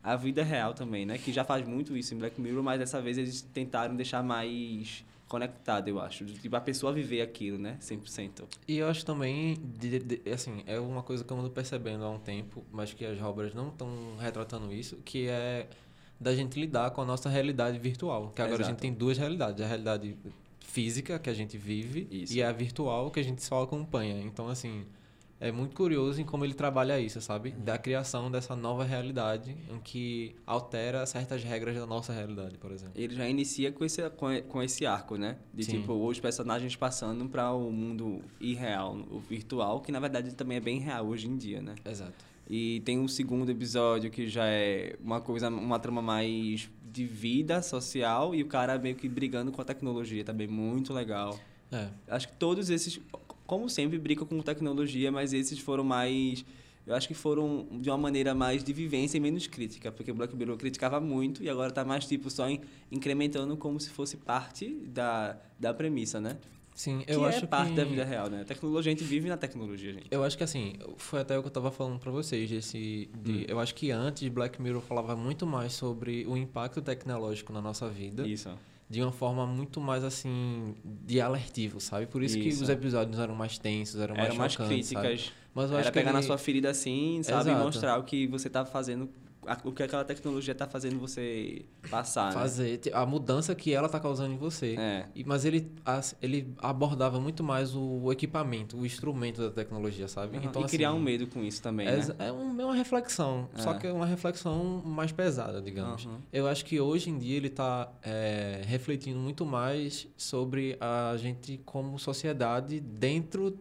a vida real também, né? Que já faz muito isso em Black Mirror, mas dessa vez eles tentaram deixar mais conectado, eu acho. Tipo, a pessoa viver aquilo, né? 100%. E eu acho também, assim, é uma coisa que eu ando percebendo há um tempo, mas que as obras não estão retratando isso, que é da gente lidar com a nossa realidade virtual. Que agora a gente tem duas realidades. A realidade física, que a gente vive, e a virtual, que a gente só acompanha. Então, assim, é muito curioso em como ele trabalha isso, sabe? Da criação dessa nova realidade em que altera certas regras da nossa realidade, por exemplo. Ele já inicia com esse arco, né? De tipo, os personagens passando para o mundo irreal, o virtual, que na verdade também é bem real hoje em dia, né? Exato. E tem um segundo episódio que já é uma trama mais de vida social e o cara meio que brigando com a tecnologia, também muito legal. Acho que todos esses, como sempre, brincam com tecnologia, mas esses foram mais... Eu acho que foram de uma maneira mais de vivência e menos crítica, porque o Black Mirror criticava muito e agora tá mais tipo só incrementando como se fosse parte da premissa, né? Sim, eu acho que é parte da vida real, né? A tecnologia, a gente vive na tecnologia, gente. Eu acho que assim, foi até o que eu tava falando pra vocês, eu acho que antes Black Mirror falava muito mais sobre o impacto tecnológico na nossa vida. Isso. De uma forma muito mais, assim, de alertivo, sabe? Por isso que os episódios eram mais tensos, eram mais chocantes, mais críticas. Sabe? Mas eu acho que pegar na sua ferida assim, sabe? E mostrar o que você tá fazendo, o que aquela tecnologia tá fazendo você passar, né? A mudança que ela tá causando em você. Mas ele abordava muito mais o equipamento, o instrumento da tecnologia, sabe? Então, e criar um medo com isso também, né? É uma reflexão, só que é uma reflexão mais pesada, digamos. Eu acho que hoje em dia ele tá refletindo muito mais sobre a gente como sociedade dentro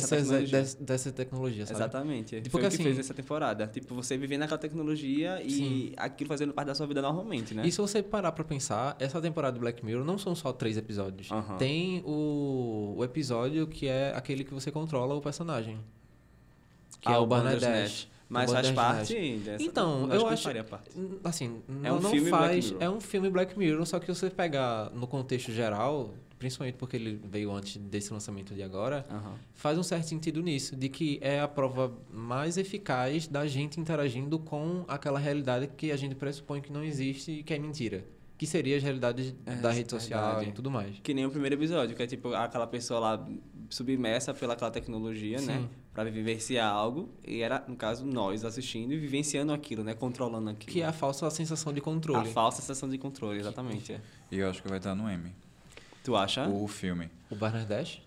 dessa tecnologia, sabe? Exatamente. Porque, foi o que fez essa temporada. Tipo, você viver naquela tecnologia e aquilo fazendo parte da sua vida normalmente, né? E se você parar pra pensar, essa temporada de Black Mirror não são só 3 episódios. Tem o episódio que é aquele que você controla o personagem. Que é o Bandersnatch. Mas faz parte dessa... Então, eu acho... Assim, é um filme Black Mirror, só que você pegar no contexto geral... Principalmente porque ele veio antes desse lançamento de agora, faz um certo sentido nisso, de que é a prova mais eficaz da gente interagindo com aquela realidade que a gente pressupõe que não existe e que é mentira. Que seria as realidades da rede social e tudo mais. Que nem o primeiro episódio, que é tipo aquela pessoa lá submersa pelaquela tecnologia, né? Pra vivenciar algo. E era, no caso, nós assistindo e vivenciando aquilo, né? Controlando aquilo. Que é a falsa sensação de controle. A falsa sensação de controle, exatamente. E eu acho que vai estar no M. Tu acha? O filme. O Bandersnatch?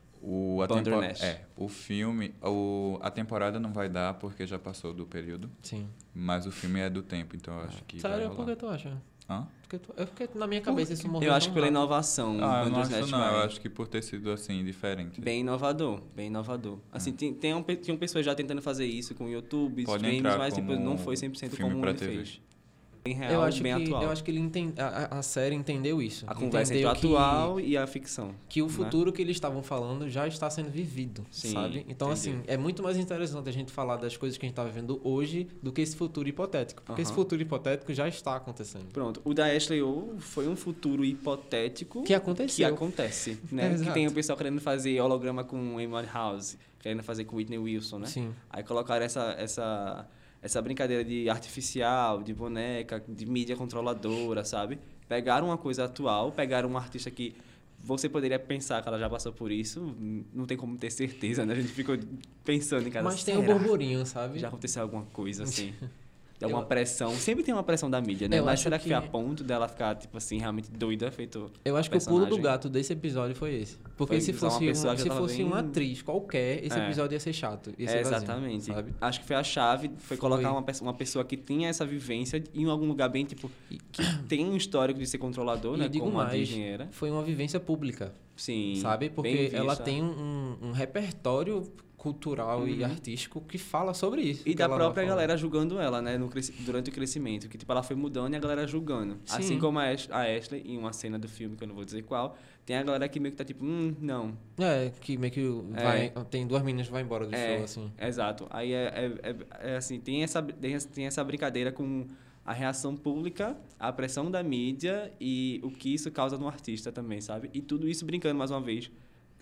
O filme... A temporada não vai dar porque já passou do período. Sim. Mas o filme é do tempo, então eu acho que vai rolar. Sério? Por que tu acha? Hã? Porque na minha cabeça isso morreu. Eu acho que pela inovação. Eu não acho não. Eu acho que por ter sido assim, diferente. Bem inovador. Assim, tinham pessoas já tentando fazer isso com YouTube, streams, mas tipo, não foi 100% como ele fez. Bem real, bem atual. Eu acho que a série entendeu isso. A conversa entre o atual e a ficção. Que o futuro que eles estavam falando já está sendo vivido, sabe? Então, assim, é muito mais interessante a gente falar das coisas que a gente está vivendo hoje do que esse futuro hipotético. Porque esse futuro hipotético já está acontecendo. Pronto. O da Ashley O foi um futuro hipotético... Que aconteceu. Que acontece, né? Que tem o pessoal querendo fazer holograma com Amy House, querendo fazer com Whitney Wilson, né? Sim. Aí colocaram essa brincadeira de artificial, de boneca, de mídia controladora, sabe? Pegaram uma coisa atual, pegaram um artista que você poderia pensar que ela já passou por isso, não tem como ter certeza, né? A gente ficou pensando em cada... Mas tem um burburinho, sabe? Já aconteceu alguma coisa assim... De alguma pressão. Sempre tem uma pressão da mídia, né? Mas será que foi a ponto dela ficar, tipo assim, realmente doida, feito Eu acho que o pulo do gato desse episódio foi esse. Porque se fosse uma atriz qualquer, esse episódio ia ser chato. Ia ser vazio, exatamente. Sabe? Acho que foi a chave, foi colocar uma pessoa que tinha essa vivência em algum lugar bem, tipo, que tem um histórico de ser controlador, né? Como a Disney era. Foi uma vivência pública. Sim. Sabe? Porque ela tem um repertório cultural e artístico que fala sobre isso. E da própria galera julgando ela, né? Durante o crescimento. Que, tipo, ela foi mudando e a galera julgando. Sim. Assim como a Ashley, em uma cena do filme, que eu não vou dizer qual, tem a galera que meio que tá tipo, não. Que meio que vai... Tem duas meninas que vão embora do show, assim. Exato. Aí é assim, tem essa brincadeira com a reação pública, a pressão da mídia e o que isso causa no artista também, sabe? E tudo isso brincando, mais uma vez,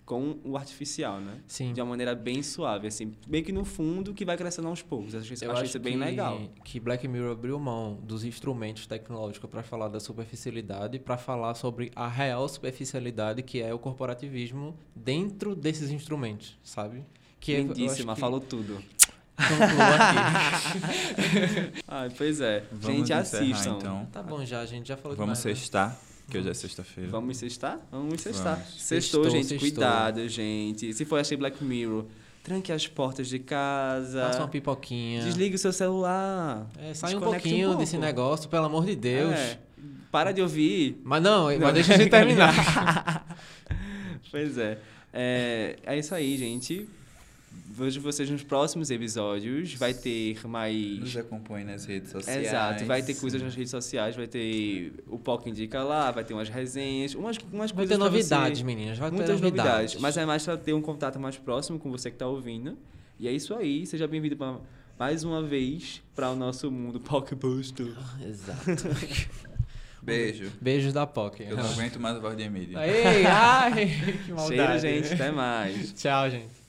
com o artificial, né? Sim. De uma maneira bem suave, assim, bem que no fundo que vai crescendo aos poucos. Achei isso bem legal. Que Black Mirror abriu mão dos instrumentos tecnológicos para falar da superficialidade, para falar sobre a real superficialidade que é o corporativismo dentro desses instrumentos, sabe? Que Lindíssima, falou tudo. Concluo aqui. Pois é. Vamos gente, encerrar, assistam. então. Tá bom já, a gente já falou Vamos demais, sextar, que hoje é sexta-feira. Vamos sextar? Vamos sextar. Vamos. Sextou, gente. Sextou. Cuidado, gente. Se for assistir Black Mirror, tranque as portas de casa. Faça uma pipoquinha. Desligue o seu celular. Sai um Desconecte pouquinho pouco. desse negócio, pelo amor de Deus. Para de ouvir. Mas mas deixa a gente terminar. Pois é. É isso aí, gente. Vejo vocês nos próximos episódios. Vai ter mais... Nos acompanhe nas redes sociais. Exato. Vai ter coisas nas redes sociais. Vai ter o POC Indica lá. Vai ter umas resenhas. Umas Vai coisas ter pra novidades, você. meninas. Vai ter Muitas novidades. Mas é mais para ter um contato mais próximo com você que está ouvindo. E é isso aí. Seja bem-vindo mais uma vez para o nosso mundo POC Buster. Exato. Beijo. Beijos da POC. Eu não aguento mais a voz de Emília. Ai, que maldade. Cheiro, gente. Até mais. Tchau, gente.